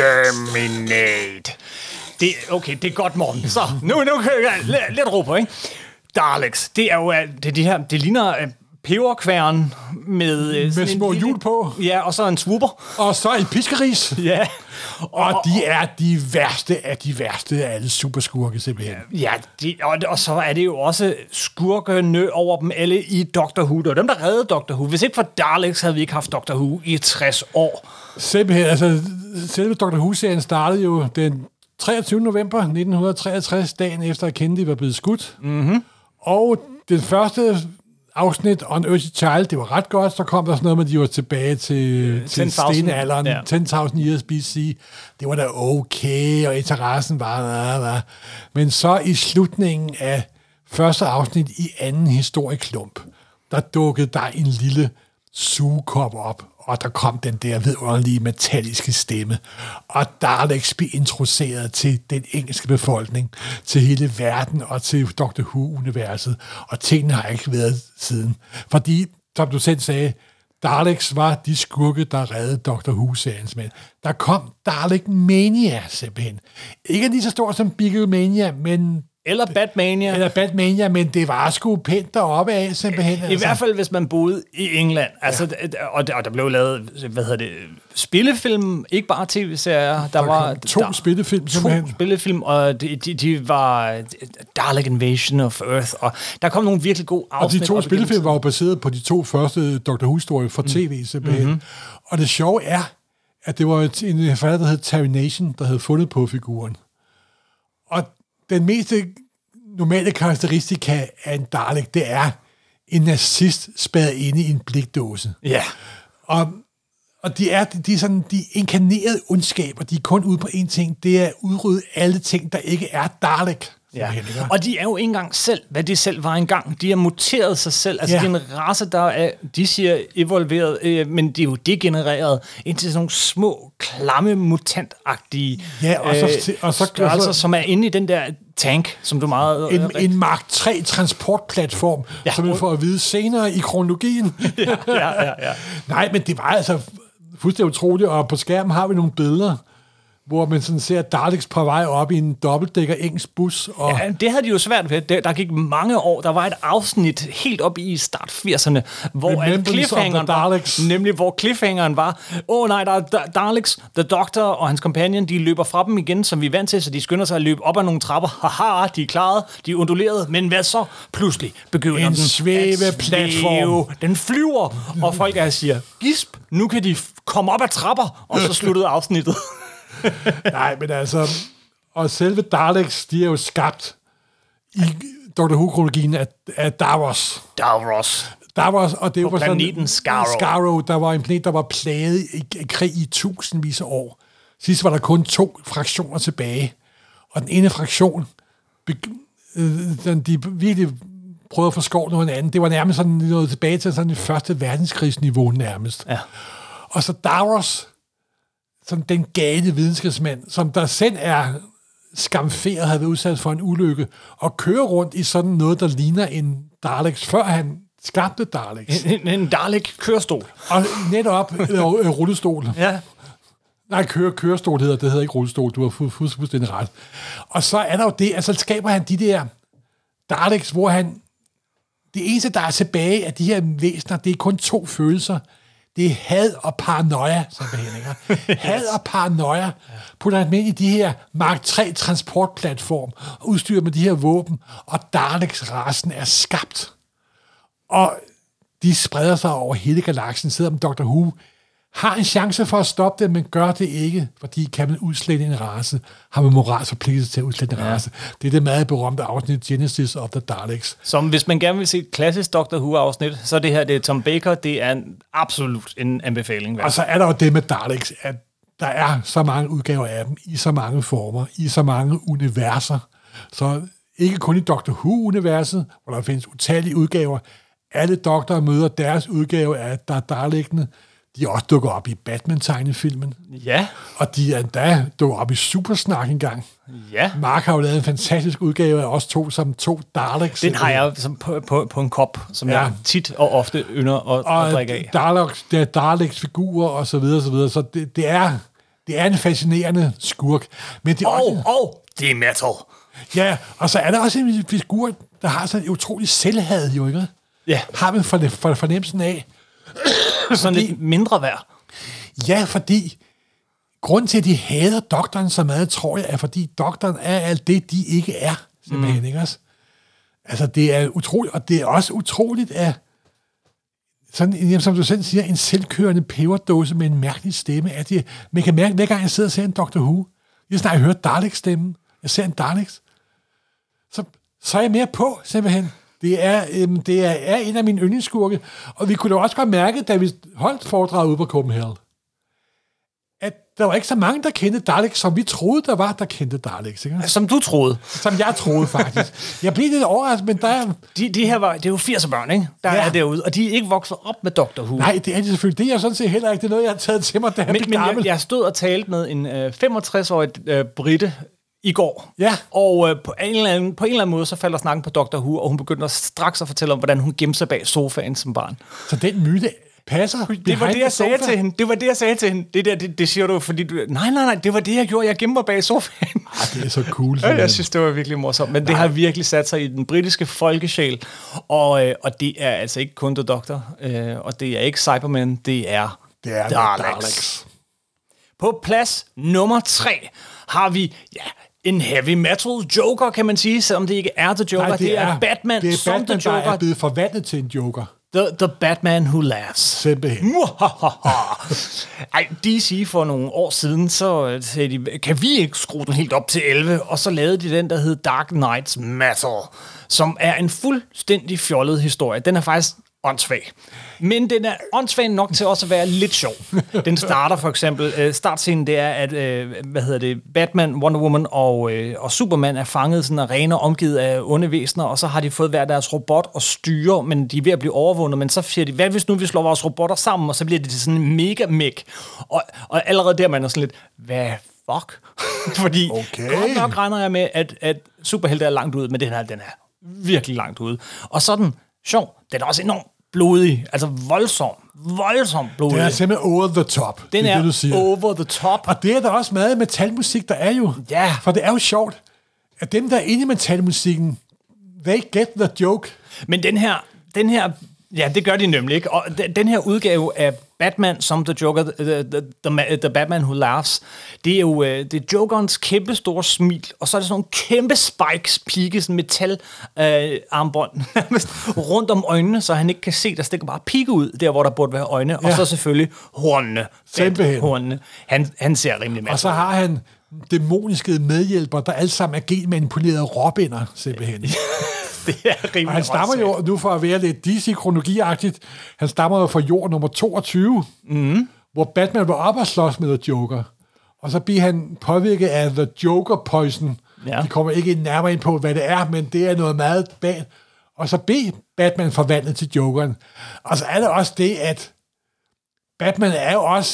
Exterminate. Det, okay, det er godt, Morten. Så, nu, nu kan jeg lidt, lidt ro på, ikke? Daleks, det er jo det, er de her, det ligner uh, peberkværn med... Uh, Med små hjul på. Ja, og så en swooper. Og så et piskeris. Ja. Og de er de værste af de værste af alle superskurke, simpelthen. Ja, de, og, og så er det jo også skurkene over dem alle i Doctor Who. Det var dem, der reddede Doctor Who. Hvis ikke for Daleks, havde vi ikke haft Doctor Who i tres år. Simpelthen, altså, selve Doctor Who-serien startede jo den treogtyvende november nitten treogtres, dagen efter at Kennedy var blevet skudt. Mm-hmm. Og den første afsnit, On Earthly Child, det var ret godt. Så kom der sådan noget med, at de var tilbage til, uh, til stenalderen, ja. ti tusind years B C. Det var da okay, og interessen var... Nah, nah. Men så i slutningen af første afsnit i anden historieklump, der dukkede der en lille sugekop op, og der kom den der vidunderlige metalliske stemme. Og Daleks blev introduceret til den engelske befolkning, til hele verden og til Doctor Who-universet. Og tingene har ikke været siden. Fordi, som du selv sagde, Daleks var de skurke, der reddede Doctor Who-seriens mænd. Der kom Dalek Mania, simpelthen. Ikke lige så stor som Beaglemania, men... Eller Batmania. Eller Batmania, men det var sgu pænt deroppe af, simpelthen. I altså. hvert fald, hvis man boede i England. Altså, ja. og, og der blev lavet, hvad hedder det, spillefilm, ikke bare tv-serier. Der, der var to der, spillefilm, to simpelthen. spillefilm, og de, de, de var Dalek Invasion of Earth, og der kom nogle virkelig gode afsnit. Og de to spillefilm var jo baseret på de to første Doctor Who-historier fra tv, simpelthen. Mm-hmm. Og det sjove er, at det var en forfatter, der hed Terry Nation, der havde fundet på figuren. Og den mest normale karakteristika af en Dalek, det er en nazist spadet inde i en blikdåse. Ja. Og, og de er, de er sådan, de inkarnerede ondskab, og de er kun ude på én ting, det er at udrydde alle ting, der ikke er Dalek. Ja. Og de er jo ikke engang selv, hvad de selv var engang. De har muteret sig selv. Altså, ja. det er en race, der er, de siger evolveret, øh, men de er jo degenereret ind til sådan nogle små, klamme, mutantagtige ja, og så, øh, og så, størrelser, og så, som er inde i den der tank, som du meget... En, en Mark tre transportplatform, ja, som vi får at vide senere i kronologien. ja, ja, ja, ja. Nej, men det var altså fuldstændig utroligt, og på skærmen har vi nogle billeder, hvor man sådan ser Daleks på vej op i en dobbeltdækker engelsk bus. Og ja, det havde de jo svært ved. Der gik mange år. Der var et afsnit helt op i start firserne, hvor at cliffhangeren var, nemlig hvor cliffhangeren var, åh oh, nej, der er Daleks, The Doctor og hans companion, de løber fra dem igen, som vi er vant til, så de skynder sig at løbe op ad nogle trapper. Haha, de er klaret, de er unduleret, men hvad så? Pludselig begynder en den svæveplatform. Den flyver, og folk er siger, gisp, nu kan de komme op ad trapper, og så sluttede afsnittet. Nej, men altså... Og selve Daleks, de er jo skabt i Doctor Who-kronologien af, af Davros. Davros. Davros, og det på var planeten sådan, Skaro. Skaro, der var en planet, der var plaget i, i krig i tusindvis af år. Sidst var der kun to fraktioner tilbage. Og den ene fraktion, be, øh, de virkelig prøvede at få skåret noget andet. Det var nærmest sådan noget tilbage til sådan det første verdenskrigsniveau nærmest. Ja. Og så Davros som den gale videnskabsmand, som der selv er skamferet, havde været udsat for en ulykke, og kører rundt i sådan noget, der ligner en Daleks, før han skabte Daleks. En, en Dalek-kørestol. Og netop øh, rullestol. Ja. Nej, køre, kørestol hedder det, hedder ikke rullestol, du har fuldstændig ret. Og så er der jo det, altså skaber han de der Daleks, hvor han, det eneste, der er tilbage af de her væsener, det er kun to følelser. Det er had og paranoia, simpelthen, ikke? Yes. Had og paranoia putter han med i de her Mark tre transportplatform, og udstyret med de her våben, og Daleks-rasen er skabt. Og de spreder sig over hele galaksen, selvom doktor Who har en chance for at stoppe det, men gør det ikke, fordi kan man udslette en race, har man moralsk forpligtelse til at udslette en ja. race. Det er det meget berømte afsnit, Genesis of the Daleks. Som hvis man gerne vil se et klassisk Doctor Who-afsnit, så det her, det er Tom Baker, det er en, absolut en anbefaling. Og så er der jo det med Daleks, at der er så mange udgaver af dem, i så mange former, i så mange universer. Så ikke kun i Doctor Who-universet, hvor der findes utallige udgaver. Alle doktorer møder deres udgave af der Dalekene. De er også dukket op i Batman-tegnefilmen. Ja. Og de er endda dukket op i Supersnak engang. Ja. Mark har jo lavet en fantastisk udgave af os to, som to Daleks. Den har jeg som på, på, på en kop, som ja. jeg tit og ofte ynder at, og at drikke af. Daleks, det er Daleks figurer og så videre, så videre. Så det, det, er, det er en fascinerende skurk. Men det er og, også, og det er metal. Ja, og så er der også en figur, der har sådan en utrolig selvhad, jo, ikke? Ja. Har man for, for fornemmelsen af. Sådan lidt mindre værd. Ja, fordi grund til, at de hader doktoren så meget, tror jeg, er, fordi doktoren er alt det, de ikke er. Simpelthen, mm. ikke også? Altså, det er utroligt, og det er også utroligt, at sådan, som du selv siger, en selvkørende peberdåse med en mærkelig stemme. At det, man kan mærke, hver gang jeg sidder og ser en Doctor Who, jeg snart hører Dalek-stemmen, jeg ser en Daleks, så, så er jeg mere på, simpelthen. Det er, øhm, det er, er en af mine yndlingsskurke, og vi kunne da også godt mærke, da vi holdt foredraget ude på Copenhagen, at der var ikke så mange, der kendte Daleks, som vi troede, der var, der kendte Daleks. Ikke? Som du troede. Som jeg troede, faktisk. Jeg blev lidt overrasket, men der er... De, de her var, det er jo firs børn, ikke? Der ja. er derude, og de er ikke vokset op med Doctor Who. Nej, det er de selvfølgelig. Det er jeg sådan set heller ikke. Det er noget, jeg har taget til mig, da jeg men, blev men gammel. jeg, jeg stod og talte med en øh, femogtres-årig øh, brite i går. Ja. Og øh, på, en eller anden, på en eller anden måde, så falder snakken på Doctor Who, og hun begynder straks at fortælle om, hvordan hun gemte sig bag sofaen som barn. Så den myte passer? Det var det, jeg sagde til hende. Det var det, jeg sagde til hende. Det der, det, det siger du, fordi du... Nej, nej, nej, det var det, jeg gjorde. Jeg gemte mig bag sofaen. Ah, det er så cool. Ja, jeg synes, det var virkelig morsomt. Men nej. Det har virkelig sat sig i den britiske folkesjæl. Og, øh, og det er altså ikke kun The Doctor. Øh, og det er ikke Cybermen. Det er, det er Daleks. Daleks. På plads nummer tre har vi... ja. En heavy metal Joker, kan man sige, selvom det ikke er The Joker. Nej, det, det er, er Batman, det er som Batman, The Joker. der er blevet forvandlet til en Joker. The, the Batman Who Laughs. Simpelthen. Ej, D C for nogle år siden, så sagde de, kan vi ikke skrue den helt op til elleve? Og så lavede de den, der hed Dark Knights Metal, som er en fuldstændig fjollet historie. Den er faktisk åndssvag. Men den er åndssvag nok til også at være lidt sjov. Den starter for eksempel, øh, startscenen det er, at øh, hvad hedder det, Batman, Wonder Woman og, øh, og Superman er fanget i sådan en arena omgivet af onde væsener, og så har de fået hver deres robot og styre, men de er ved at blive overvundet, men så siger de, hvad hvis nu vi slår vores robotter sammen, og så bliver det til sådan en mega mech. Og, og allerede der man er sådan lidt, hvad fuck? Fordi okay. godt nok regner jeg med, at, at superhelte er langt ude, men den her, den er virkelig langt ude. Og så den sjov, den er også enormt blodig, altså voldsom, voldsom blodig. Den er simpelthen over the top. Den det er, det, du siger. over the top. Og det er der også meget metalmusik, der er jo. Ja. For det er jo sjovt, at dem, der er inde i metalmusikken, they get the joke. Men den her, den her, ja, det gør de nemlig ikke. Og den her udgave af Batman som The Joker, the, the, the, the Batman Who Laughs, det er jo det er Jokerens kæmpe store smil, og så er det sådan nogle kæmpe spikes, pigge, sådan metal øh, armbånd rundt om øjnene, så han ikke kan se, der stikker bare pigge ud, der hvor der burde være øjne, ja. Og så selvfølgelig hornene. Hornene. Han, han ser rimelig mærkeligt. Og så har han dæmoniske medhjælper, der alle sammen er genmanipulerede råbinder, simpelthen. Det er rimelig. Og han stammer jo, nu for at være lidt D C-kronologiagtigt, han stammer jo fra jord nummer toogtyve, mm. hvor Batman var op og slås med The Joker. Og så bliver han påvirket af The Joker Poison. Ja. De kommer ikke nærmere ind på, hvad det er, men det er noget meget bag. Og så bliver Batman forvandlet til Jokeren. Og så er det også det, at Batman er jo også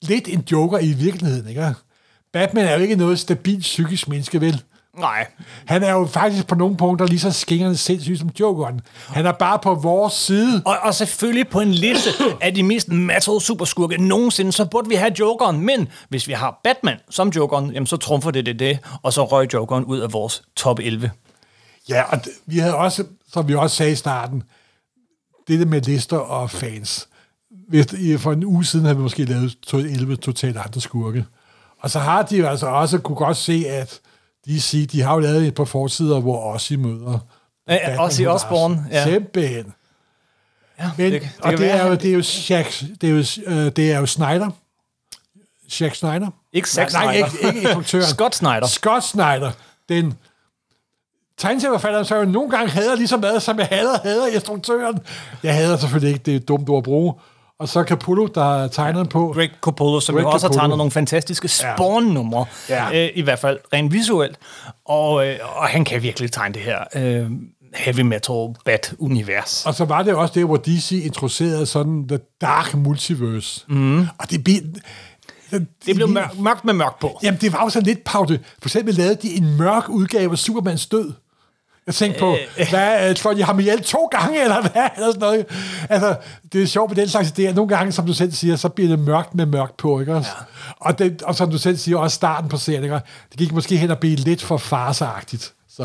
lidt en joker i virkeligheden, ikke? Batman er jo ikke noget stabilt psykisk menneske, vel? Nej. Han er jo faktisk på nogle punkter lige så skingerne sindssygt som Jokeren. Han er bare på vores side. Og, og selvfølgelig på en liste af de mest metal superskurke nogensinde, så burde vi have Jokeren. Men hvis vi har Batman som Jokeren, jamen så trumfer det det, det og så røg Jokeren ud af vores top elleve. Ja, og d- vi havde også, som vi også sagde i starten, det der med lister og fans. Hvis, for en uge siden havde vi måske lavet elleve totalt andre skurke. Og så har de jo altså også kunne godt se, at de siger, de har jo lavet et par forsider, hvor Ozzy møder Ja, Ozzy Osbourne. Ja. Simpelthen. Ja, Men, det, det og det være, er, jo, det er jo Zack, det er jo, øh, det er jo Snyder. Zack Snyder. Ikke Zack nej, Snyder. Nej, ikke, ikke instruktøren. Scott Snyder. Scott Snyder. Den tegneserieforfatteren, så jo nogle gange hader lige så meget, som jeg hader, hader instruktøren. Jeg hader selvfølgelig ikke, det er et dumt ord at bruge. Og så Capullo, der tegner den på. Greg Capullo, som Greg jo også Capullo. har tegnet nogle fantastiske Spawn-numre. Ja. Øh, I hvert fald rent visuelt. Og, øh, og han kan virkelig tegne det her øh, heavy metal bat-univers. Og så var det også det, hvor D C introducerede sådan The Dark Multiverse. Mm. Og det blev... Det blev mørkt, mørkt med mørkt på. Jamen, det var jo sådan lidt pavte. For eksempel lavede de en mørk udgave af Supermans død. Jeg tænkte på, øh, hvad, slår de ham ihjel to gange, eller hvad? Eller sådan noget. Altså, det er sjovt med den slags idéer. Nogle gange, som du selv siger, så bliver det mørkt med mørkt på, ikke også? Ja. Og, det, og som du selv siger, også starten på serien, ikke? Det gik måske hen at blive lidt for farseagtigt. Så,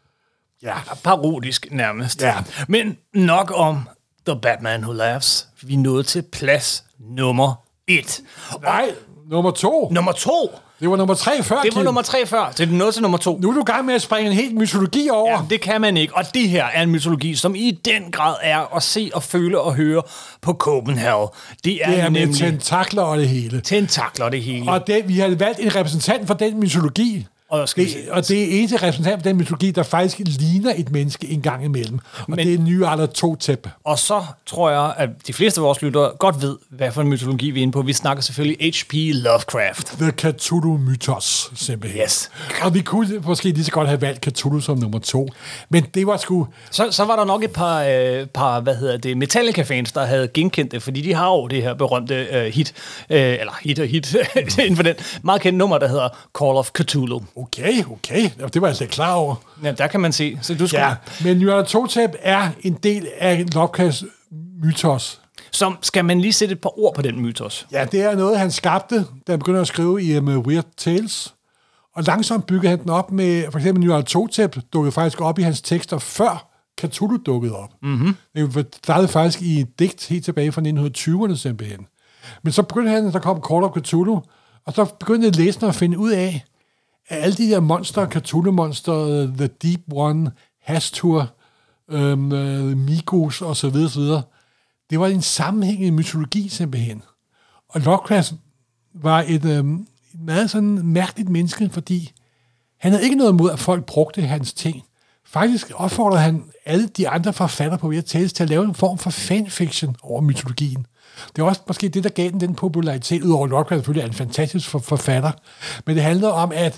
ja. Parodisk nærmest. Ja. Men nok om The Batman Who Laughs. Vi er nået til plads nummer et. Nej, nummer to. Nummer to. Det var nummer tre før, Det var Kim. nummer tre før, så det er nået til nummer to. Nu er du i gang med at springe en helt mytologi over. Ja, det kan man ikke. Og det her er en mytologi, som i den grad er at se og føle og høre på Copenhagen. Det er, det er med nemlig tentakler og det hele. tentakler det hele. Og det, vi har valgt en repræsentant for den mytologi. Og, skal vi Det, se. og det er eneste repræsentant for den mytologi, der faktisk ligner et menneske en gang imellem. Og Men- det er nye alder to tæppe. Og så tror jeg, at de fleste af vores lyttere godt ved, hvad for en mytologi vi er inde på. Vi snakker selvfølgelig H P Lovecraft. The Cthulhu-mythos, simpelthen. Yes. Og vi kunne måske lige så godt have valgt Cthulhu som nummer to. Men det var sgu... Så, så var der nok et par, øh, par hvad hedder det, Metallica-fans, der havde genkendt det, fordi de har jo det her berømte øh, hit, øh, eller hit og hit, inden for den meget kendte nummer, der hedder Call of Cthulhu. Okay, okay. Det var jeg slet ikke klar over. Ja, der kan man se. Så du skulle, Ja, men New Alder to tæppe er en del af Lovecrafts mythos. Så skal man lige sætte et par ord på den mytos. Ja, det er noget, han skabte, da han begyndte at skrive i um, Weird Tales. Og langsomt byggede han den op med, for eksempel New Alder to tæppe dukkede faktisk op i hans tekster, før Cthulhu dukkede op. Mm-hmm. Det startede faktisk i et digt helt tilbage fra nitten tyverne simpelthen. Men så begyndte han, der kom Call of Cthulhu, og så begyndte læserne at finde ud af, at alle de der monster, Cthulhu-monster, The Deep One, Hastur, øhm, øh, Migos og så videre, så videre, det var en sammenhængende mytologi simpelthen. Og Lovecraft var et, øhm, et meget sådan mærkeligt menneske, fordi han havde ikke noget imod, at folk brugte hans ting. Faktisk opfordrede han alle de andre forfattere på Weird Tales til at lave en form for fanfiction over mytologien. Det er også måske det, der gav den den popularitet, udover Lovecraft selvfølgelig er en fantastisk for- forfatter. Men det handler om, at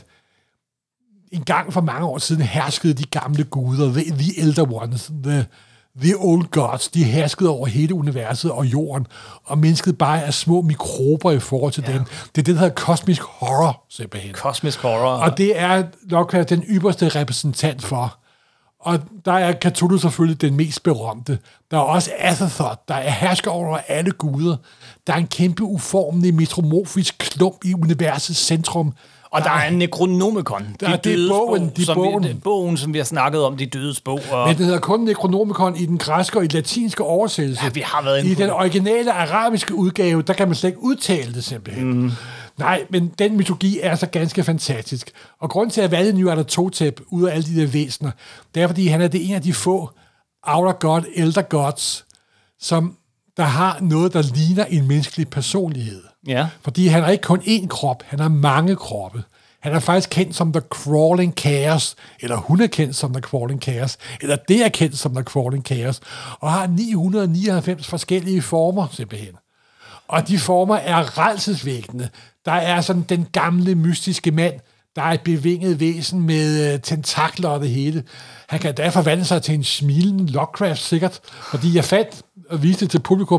en gang for mange år siden herskede de gamle guder, the, the elder ones, the, the old gods, de herskede over hele universet og jorden, og mennesket bare er små mikrober i forhold til ja. dem. Det er det, der hedder kosmisk horror, simpelthen. Cosmic Horror. Og det er Lovecraft den ypperste repræsentant for. Og der er Cthulhu selvfølgelig den mest berømte. Der er også Azathoth, der er hersker over alle guder. Der er en kæmpe uformelig metromorfisk klump i universets centrum. Og der er en Necronomicon. Der er det dødes bogen, bog, de som bogen. Vi, bogen, som vi har snakket om, de dødes bog. Og Men det hedder kun Necronomicon i den græske og i den latinske oversættelse. Ja, vi har været inde I på den det. originale arabiske udgave, der kan man slet ikke udtale det simpelthen. Mm. Nej, men den mytologi er så ganske fantastisk. Og grunden til at valge New Alder to tæppe ud af alle de der væsener, det er, fordi han er det en af de få outer god, elder gods, som der har noget, der ligner en menneskelig personlighed. ja. Fordi han har ikke kun én krop, han har mange kroppe. Han er faktisk kendt som The Crawling Chaos, eller hun er kendt som The Crawling Chaos, eller det er kendt som The Crawling Chaos, og har ni hundrede nioghalvfems forskellige former, simpelthen. Og de former er rædselsvækkende. Der er sådan den gamle, mystiske mand, der er et bevinget væsen med øh, tentakler og det hele. Han kan da forvandle sig til en smilende Lovecraft, sikkert, fordi jeg fandt og viste det til publikum,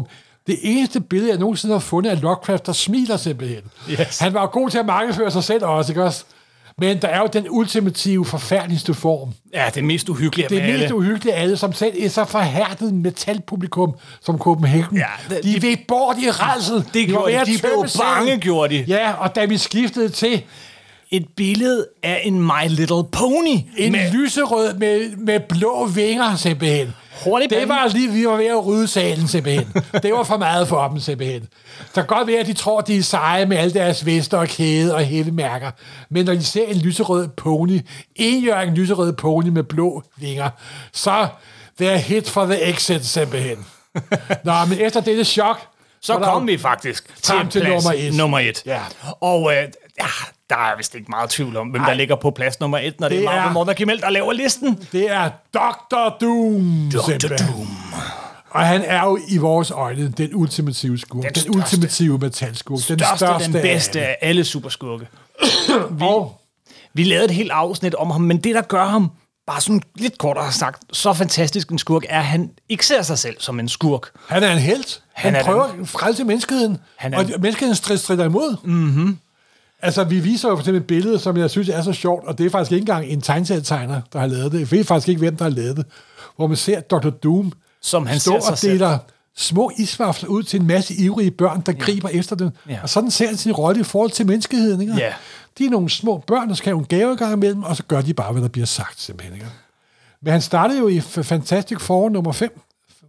Det eneste billede, jeg nogensinde har fundet af Lovecraft, der smiler simpelthen. Yes. Han var god til at markedsføre sig selv også, ikke også? Men der er jo den ultimative, forfærdeligste form. Ja, det mest uhyggelige Det af mest alle. uhyggelige af alle, som selv er så forhærdet metalpublikum som Copenhagen. Ja, det- de de- ved bort i rædsel. Det var gjorde ved de. at De tømme blev salen. bange, gjorde de. Ja, og da vi skiftede til Et billede af en My Little Pony. en med lyserød med, med blå vinger, simpelthen. Hurtigt Det bande. var lige, vi var ved at rydde salen, simpelthen. Det var for meget for dem, simpelthen. Det kan godt være, at de tror, de er seje med alle deres vester og kæde og hældemærker. Men når de ser en lyserød pony, enhjørning lyserød pony med blå vinger, så det er hit for the exit, simpelthen. Nå, men efter dette chok, Så var der kom jo vi faktisk frem til plads nummer et. nummer et. Ja. Og øh, ja, der er vist ikke meget tvivl om, hvem der ligger på plads nummer et, når det, Det det er Marvel er- Morten Kimmel, der laver listen. Det er doktor Doom. doktor simpelthen. Doom. Og han er jo i vores øjne den ultimative skurk. Den, Den den største. ultimative metalskurk. Den Største, største den bedste af af alle superskurke. alle. Og Vi lavede et helt afsnit om ham, men det, der gør ham, bare sådan lidt kortere sagt, så fantastisk en skurk, er, at han ikke ser sig selv som en skurk. han er en helt. Han, Han er han prøver at frelse menneskeheden. Han er og en- menneskeheden strid- strider imod. Mm-hmm. Altså, vi viser jo for eksempel et billede, som jeg synes er så sjovt, og det er faktisk ikke engang en tegneserietegner, der har lavet det. Jeg ved faktisk ikke, hvem der har lavet det. Hvor man ser doktor Doom Som han stå ser sig og selv. deler små isvafler ud til en masse ivrige børn, der ja. griber efter dem. Ja. Og sådan ser han sin rolle i forhold til menneskeheden. Ikke? Ja. De er nogle små børn, der skal have en gave gang imellem, og så gør de bare, hvad der bliver sagt, simpelthen. Ikke? Men han startede jo i F- Fantastic Four nummer fem.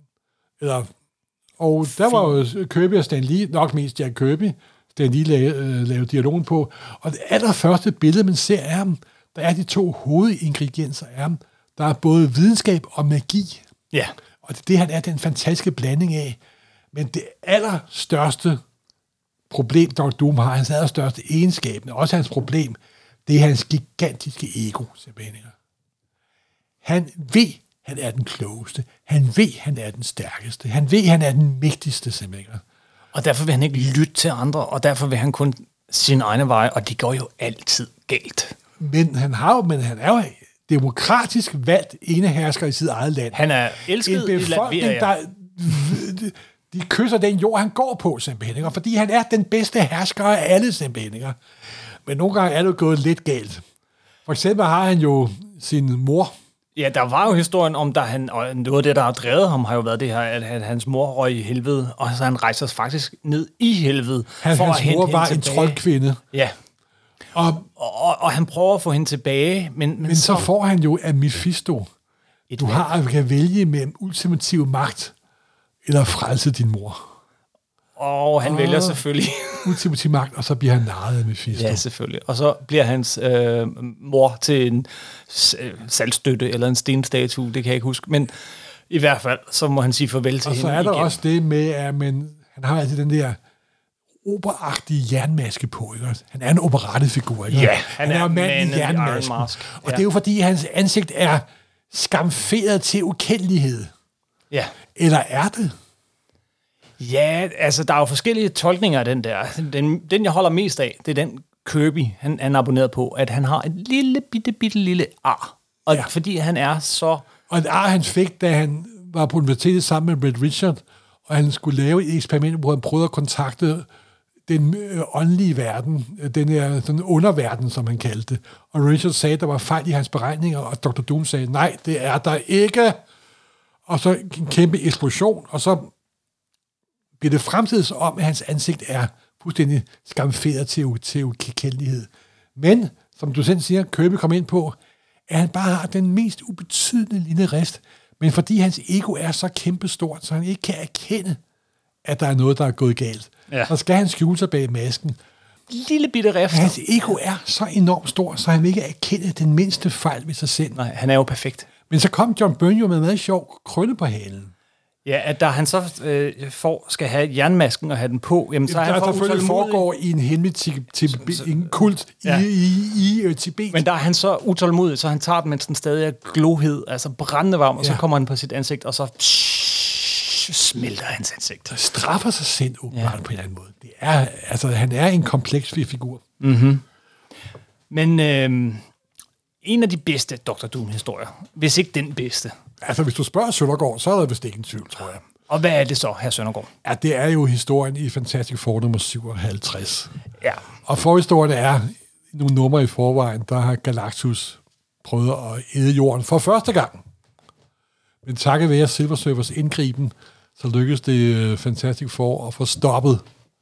Eller, og der var jo Kirby og Stan Lee, nok mest Jack Kirby, Stan Lee lavede, øh, lavede dialogen på. Og det allerførste billede, man ser af ham, der er de to hovedingredienser af ham. Der er både videnskab og magi. Ja. Og det, er det han er, den fantastiske blanding af. Men det allerstørste problem, doktor Doom har, hans allerstørste egenskab, men også hans problem, det er hans gigantiske ego, simpelthen. Han ved, han er den klogeste. Han ved, han er den stærkeste. Han ved, han er den mægtigste, simpelthen. Og derfor vil han ikke lytte til andre, og derfor vil han kun sin egne veje, og det går jo altid galt. Men han har jo, men han er jo demokratisk valgt enehersker i sit eget land. Han er En elsket i befolkning, Latveria. der de kysser den jord, han går på, simpelthen. Ikke? Og fordi han er den bedste hersker af alle, simpelthen. Ikke? Men nogle gange er det jo gået lidt galt. For eksempel har han jo sin mor. Ja, der var jo historien om, da han, og noget af det, der har drevet ham, har jo været det her, at, at hans mor røg i helvede, og så han rejser faktisk ned i helvede. Han, for hans at hente mor hende var en tilbage. troldkvinde. Ja, Og, og, og han prøver at få hende tilbage, men, men, men så får han jo af Mephisto, et du har kan vælge mellem ultimativ magt, eller frelse din mor. Og han oh. vælger selvfølgelig. Ultimativ magt, og så bliver han narret af Mephisto. Ja, selvfølgelig. Og så bliver hans øh, mor til en øh, saltstøtte eller en stenstatue, det kan jeg ikke huske. Men i hvert fald, så må han sige farvel til Og hende så er der igen. også det med, at men, han har altid den der operagtige jernmaske på. Ikke? Han er en operettefigur. Ikke? Ja, han, han er jo manden i jernmasken. Iron Mask. Og Ja. det er jo fordi, hans ansigt er skamferet til ukendelighed. Ja. Eller er det? Ja, altså der er jo forskellige tolkninger af den der. Den, den jeg holder mest af, det er den Kirby, han, han er abonneret på, at han har et lille, bitte, bitte lille ar. Og Ja. ja. fordi han er så... Og et ar, han fik, da han var på universitetet sammen med Red Richard, og han skulle lave et eksperiment, hvor han prøvede at kontakte den øh, åndelige verden, øh, den her den underverden, som han kaldte det. Og Richard sagde, at der var fejl i hans beregninger, og doktor Doom sagde, nej, det er der ikke. Og så en kæmpe eksplosion, og så bliver det fremtidigt om, at hans ansigt er fuldstændig skamferet til, til ukendelighed. Men, som du selv siger, Kirby kom ind på, at han bare har den mest ubetydelige lille rest, men fordi hans ego er så kæmpestort, så han ikke kan erkende, at der er noget, der er gået galt. Ja. Så skal han skjule sig bag masken. Lille bitte rifter. Hans ego er så enormt stor, så han vil ikke erkende den mindste fejl ved sig selv. Nej, han er jo perfekt. Men så kom John Byrne jo med en meget sjov krølle på halen. Ja, at da han så øh, får, skal have jernmasken og have den på, jamen så er Der han for selvfølgelig utålmodig. foregår i en hemmelig til, til, en kult Ja. i, i, i uh, Tibet. Men der er han så utålmodig, så han tager den, mens den stadig er glohed, altså brændende varm, og Ja. så kommer han på sit ansigt, og så psh, smelter hans ansigt. straffer sig selv åbenbart ja. på en eller anden måde. Det er, altså, han er en kompleks figur. Men øh, en af de bedste doktor Doom-historier, hvis ikke den bedste, Altså, hvis du spørger Søndergaard, så er der vist ikke en tvivl, tror jeg. Og hvad er det så, hr. Søndergaard? Ja, det er jo historien i Fantastic Four nummer syvoghalvtreds. Ja. Og forhistorien er nogle numre i forvejen, der har Galactus prøvet at æde jorden for første gang. Men takket være Silver Surfers indgriben, så lykkedes det uh, Fantastic Four at få stoppet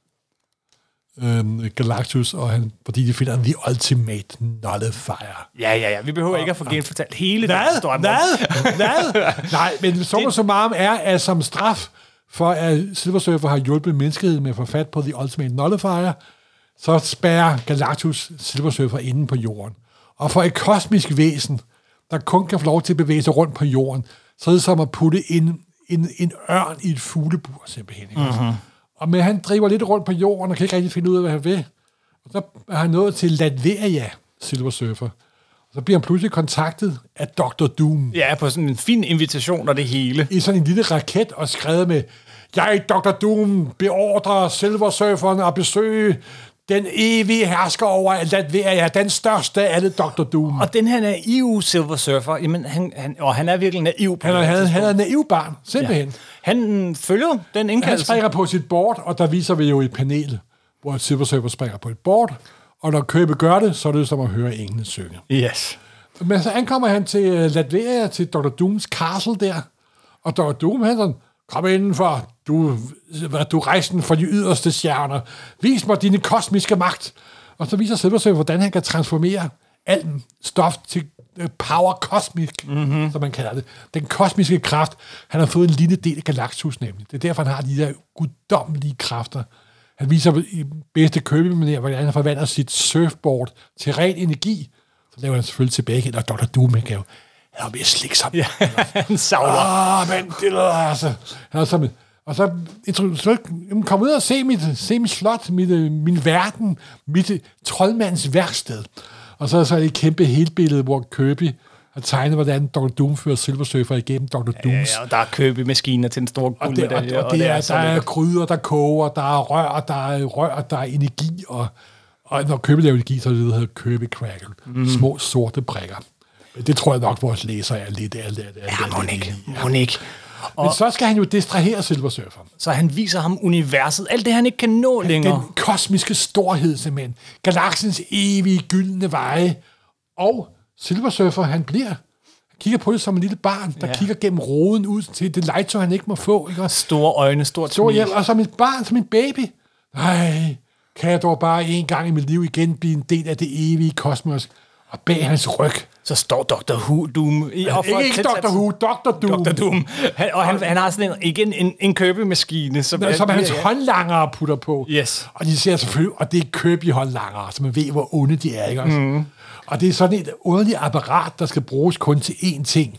um, Galactus, og han, fordi de finder The Ultimate Nullifier. Ja, ja, ja. Vi behøver ikke at få genfortalt hele den Hvad? historie. Hvad? Hvad? Nej, men summa summarum er, at som straf for, at Silver Surfer har hjulpet menneskeheden med at få fat på The Ultimate Nullifier, så spærrer Galactus Silver Surfer inde på jorden. Og for et kosmisk væsen, der kun kan få lov til at bevæge sig rundt på jorden, så er det som at putte en, en, en ørn i et fuglebur, simpelthen. Mm-hmm. Og men han driver lidt rundt på jorden, og kan ikke rigtig finde ud af, hvad han vil. Og så er han nået til Latveria, Silver Surfer. Og så bliver han pludselig kontaktet af doktor Doom. Ja, på sådan en fin invitation og det hele. I sådan en lille raket og skrevet med, jeg, doktor Doom, beordrer Silver Surferen at besøge den evige hersker over Latveria, den største af alle doktor Doom. Og den her naive Silver Surfer, jamen, han, han, og han er virkelig naiv. Han havde, havde en naiv barn, simpelthen. Ja. Han følger den indkaldelse. Han springer på sit board, og der viser vi jo et panel, hvor Silver Surfer springer på et board, og når Købe gør det, så er det som at høre englene synge. Yes. Men så ankommer han til Latveria, til doktor Dooms castle der, og doktor Doom, han sådan, kom indenfor, du, du rejsen for de yderste stjerner. Vis mig dine kosmiske magt. Og så viser Silver Surfer, hvordan han kan transformere alt stof til power kosmisk, mm-hmm. som man kalder det. Den kosmiske kraft. Han har fået en lille del af Galactus, nemlig. Det er derfor, han har de der guddommelige kræfter. Han viser i bedste Kirby-manér, hvordan han forvandler sit surfboard til ren energi. Så laver han selvfølgelig tilbage igen, og doktor Doom, han kan jo han er ved at slikke sammen. Ja, han savler. Ah, men det er altså... Han er sådan, og så, så kom ud og se mit, se mit slot, mit, min verden, mit troldmands værksted. Og så er så et kæmpe helbillede, hvor Kirby har tegnet, hvordan doktor Doom fører Silver Surfer igennem doktor Dooms. Ja, og der er Kirby-maskiner til en stor guldmedalje. Og, og, og, det er, der er gryder, der koger, der er rør, der er rør, der er energi, og, og når Kirby laver energi, så er det det, der hedder Kirby Crackle. Mm. Små sorte prikker. Det tror jeg nok, vores læsere er lidt af. Ja, Monique. Monique. Men så skal han jo distrahere Silver Surfer. Så han viser ham universet. Alt det, han ikke kan nå længere. Den kosmiske storhed, simpelthen. Galaksens evige gyldne veje. Og Silver Surfer, han bliver... Han kigger på det som en lille barn, der ja. kigger gennem roden ud til det legetøj, han ikke må få. Ikke? Store øjne, stort smil. Ja, og som et barn, som en baby. Nej, kan jeg dog bare en gang i mit liv igen blive en del af det evige kosmos. Og bag hans ryg, så står doktor Who Doom i ja, ikke, ikke doktor Who, doktor Doom. doktor Doom. Han, og han, han har sådan en, igen en, en Kirby-maskine. Som, Nå, som er, hans ja. håndlangere putter på. Yes. Og de ser selvfølgelig, og det er Kirby-håndlangere, så man ved, hvor onde de er. Ikke også? Mm. Og det er sådan et underligt apparat, der skal bruges kun til én ting.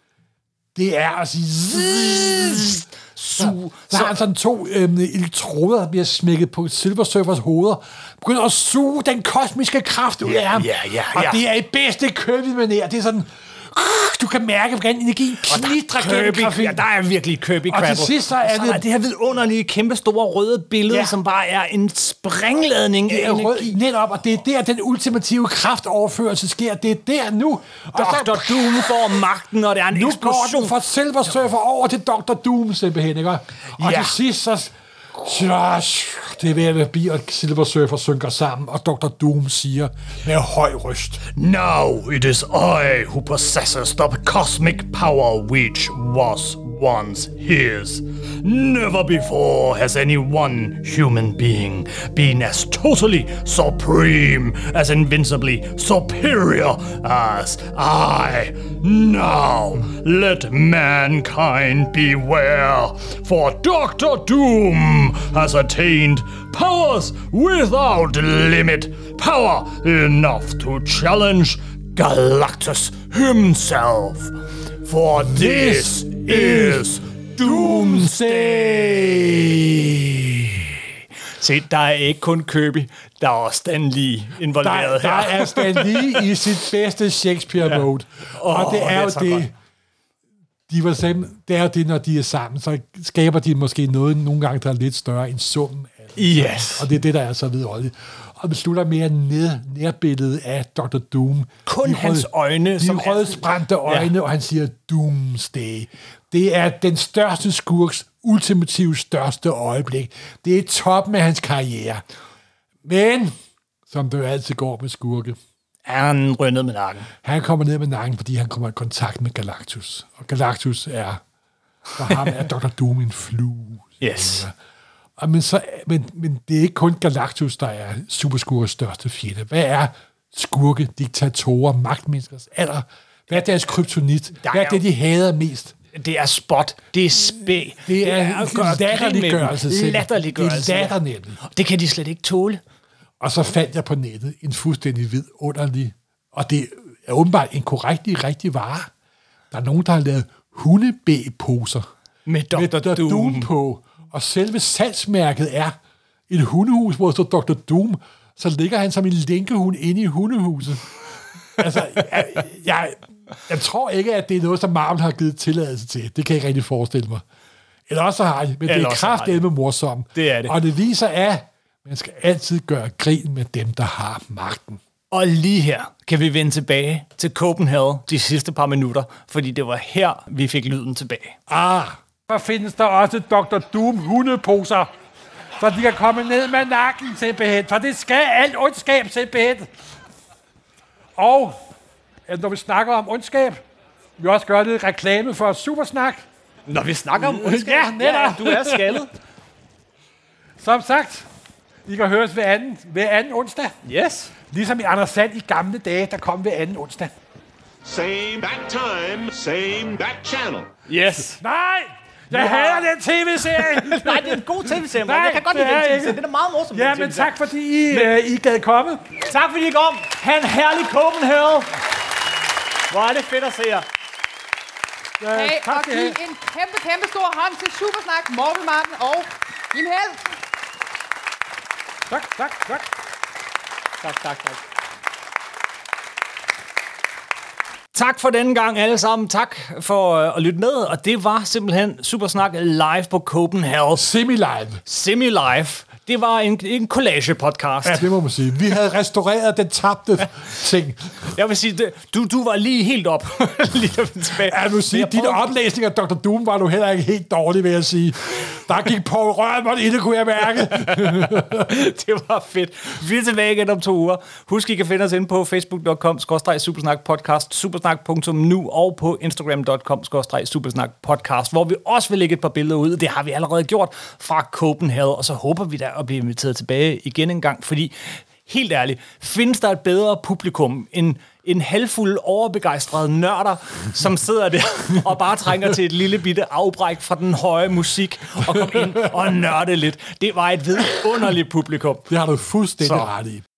Det er at sige... Zzz, su, så har han sådan to øhm, elektroder, der bliver smækket på Silver Surfers hoveder, begynder at suge den kosmiske kraft ud af ham. Ja, ja, ja. Og det er i bedste Kirby-manér. Det er sådan... Du kan mærke, hvordan energien knitrer gennem grafikken. Ja, der er virkelig Kirby Crabble. Og til sidst så er så det... er det her vidunderlige, kæmpe store røde billede, ja. som bare er en springladning af energi. Rød, netop, og det er der, den ultimative kraftoverførelse sker. Det er der nu. doktor Doom får magten, og det er en nu eksplosion. Nu går den fra Silver Surfer over til doktor Doom, simpelthen, ikke? Og ja. til sidst så... Det er ved at blive, at Silver Surfer synker sammen, og doktor Doom siger med høj røst: Now it is I who possesses the cosmic power which was once his. Never before has any one human being been as totally supreme, as invincibly superior as I. Now let mankind beware, for doctor Doom has attained powers without limit, power enough to challenge Galactus himself. For this is Doomsday. Se, der er ikke kun Kirby, der er også Stan Lee involveret der, her. Der er Stan Lee i sit bedste Shakespeare-mode. Ja. Og oh, det er jo det, det de var sammen, det er jo det, når de er sammen, så skaber de måske noget, nogle gange, der er lidt større end summen. Yes. Og det er det, der er så vidunderligt. Og det slutter mere ned, nærbilledet af doktor Doom. Kun de hans rød, øjne. De rødsprændte øjne, ja. og han siger Doomsday. Det er den største skurks ultimativt største øjeblik. Det er toppen af hans karriere. Men, som det jo altid går med skurke, Han rød med nakken. han kommer ned med nakken, fordi han kommer i kontakt med Galactus. Og Galactus er, for ham er doktor Doom en flue. Yes. Og men, så, men, men det er ikke kun Galactus, der er superskurkers største fjende. Hvad er skurke, diktatorer, magtmenneskers alder? Hvad er deres kryptonit? Der Hvad er er det, de hader mest? Det er spot. Det er spæ. Det er at gøre grin med latterliggørelse. dem. selv. Latterliggørelse. Det er latterlighed. Det kan de slet ikke tåle. Og så fandt jeg på nettet en fuldstændig vidunderlig, og det er åbenbart en korrekt, rigtig vare. Der er nogen, der har lavet hundebæ-poser Med doktor med Doom. Doom på, og selve salgsmærket er et hundehus, hvor der står doktor Doom, så ligger han som en lænkehund inde i hundehuset. Altså, jeg, jeg, jeg tror ikke, at det er noget, som Marvel har givet tilladelse til. Det kan jeg ikke rigtig forestille mig. Eller også har de, men det Eller er også har de. kraftedeme morsomt. Det er det. Og det viser, at man skal altid gøre grin med dem, der har magten. Og lige her kan vi vende tilbage til Copenhagen de sidste par minutter, fordi det var her, vi fik lyden tilbage. Ah, Der findes der også doktor Doom hundeposer, så de kan komme ned med nakken simpelthen, for det skal alt ondskab simpelthen. Og at når vi snakker om ondskab, vi også gør lidt reklame for Supersnak. Når vi snakker om ondskab, Ja, netop. du er skaldet. Som sagt, I kan høres hver anden, hver anden onsdag. Yes. Ligesom i Anders Sand i gamle dage, der kom hver anden onsdag. Same bat time, same bat channel. Yes. Nej! Jeg hader den tv-serie! Nej, det er en god tv-serie, Nej, jeg kan godt det lide den er tv-serie. ikke. Den er meget morsom. Ja, den men tv-serie. tak fordi I, øh, I gad komme. Tak fordi I kom. Ha' en herlig Copenhagen. Hvor er det fedt at se jer. Ja, Hey, tak og skal I giv have. en kæmpe, kæmpe stor hånd til Supersnak, Morten Martin og Jim Held. Tak, tak, tak. Tak, tak, tak. Tak for denne gang alle sammen. Tak for øh, at lytte med. Og det var simpelthen Supersnak live på Copenhagen. semi-live. Semi-live. Det var en, en collage-podcast. Ja, det må man sige. Vi havde restaureret den tabte ting. Jeg vil sige, det, du, du var lige helt op. lige da vi tilbage. Jeg vil sige, Jeg din prøvede- oplæsning af doktor Doom var du heller ikke helt dårlig, vil jeg sige. Der gik på røret, hvor det kunne jeg mærke. Det var fedt. Vi er tilbage igen om to uger. Husk, I kan finde os inde på facebook punktum com skråstreg supersnak podcast, supersnak punktum nu og på instagram punktum com skråstreg supersnak podcast, hvor vi også vil lægge et par billeder ud. Det har vi allerede gjort fra Copenhagen, og så håber vi da at blive inviteret tilbage igen en gang, fordi helt ærligt, findes der et bedre publikum end en halvfuld overbegejstrede nørder, som sidder der og bare trænger til et lille bitte afbræk fra den høje musik og komme ind og nørde lidt. Det var et vidunderligt publikum. Det har du fuldstændig Så. ret i.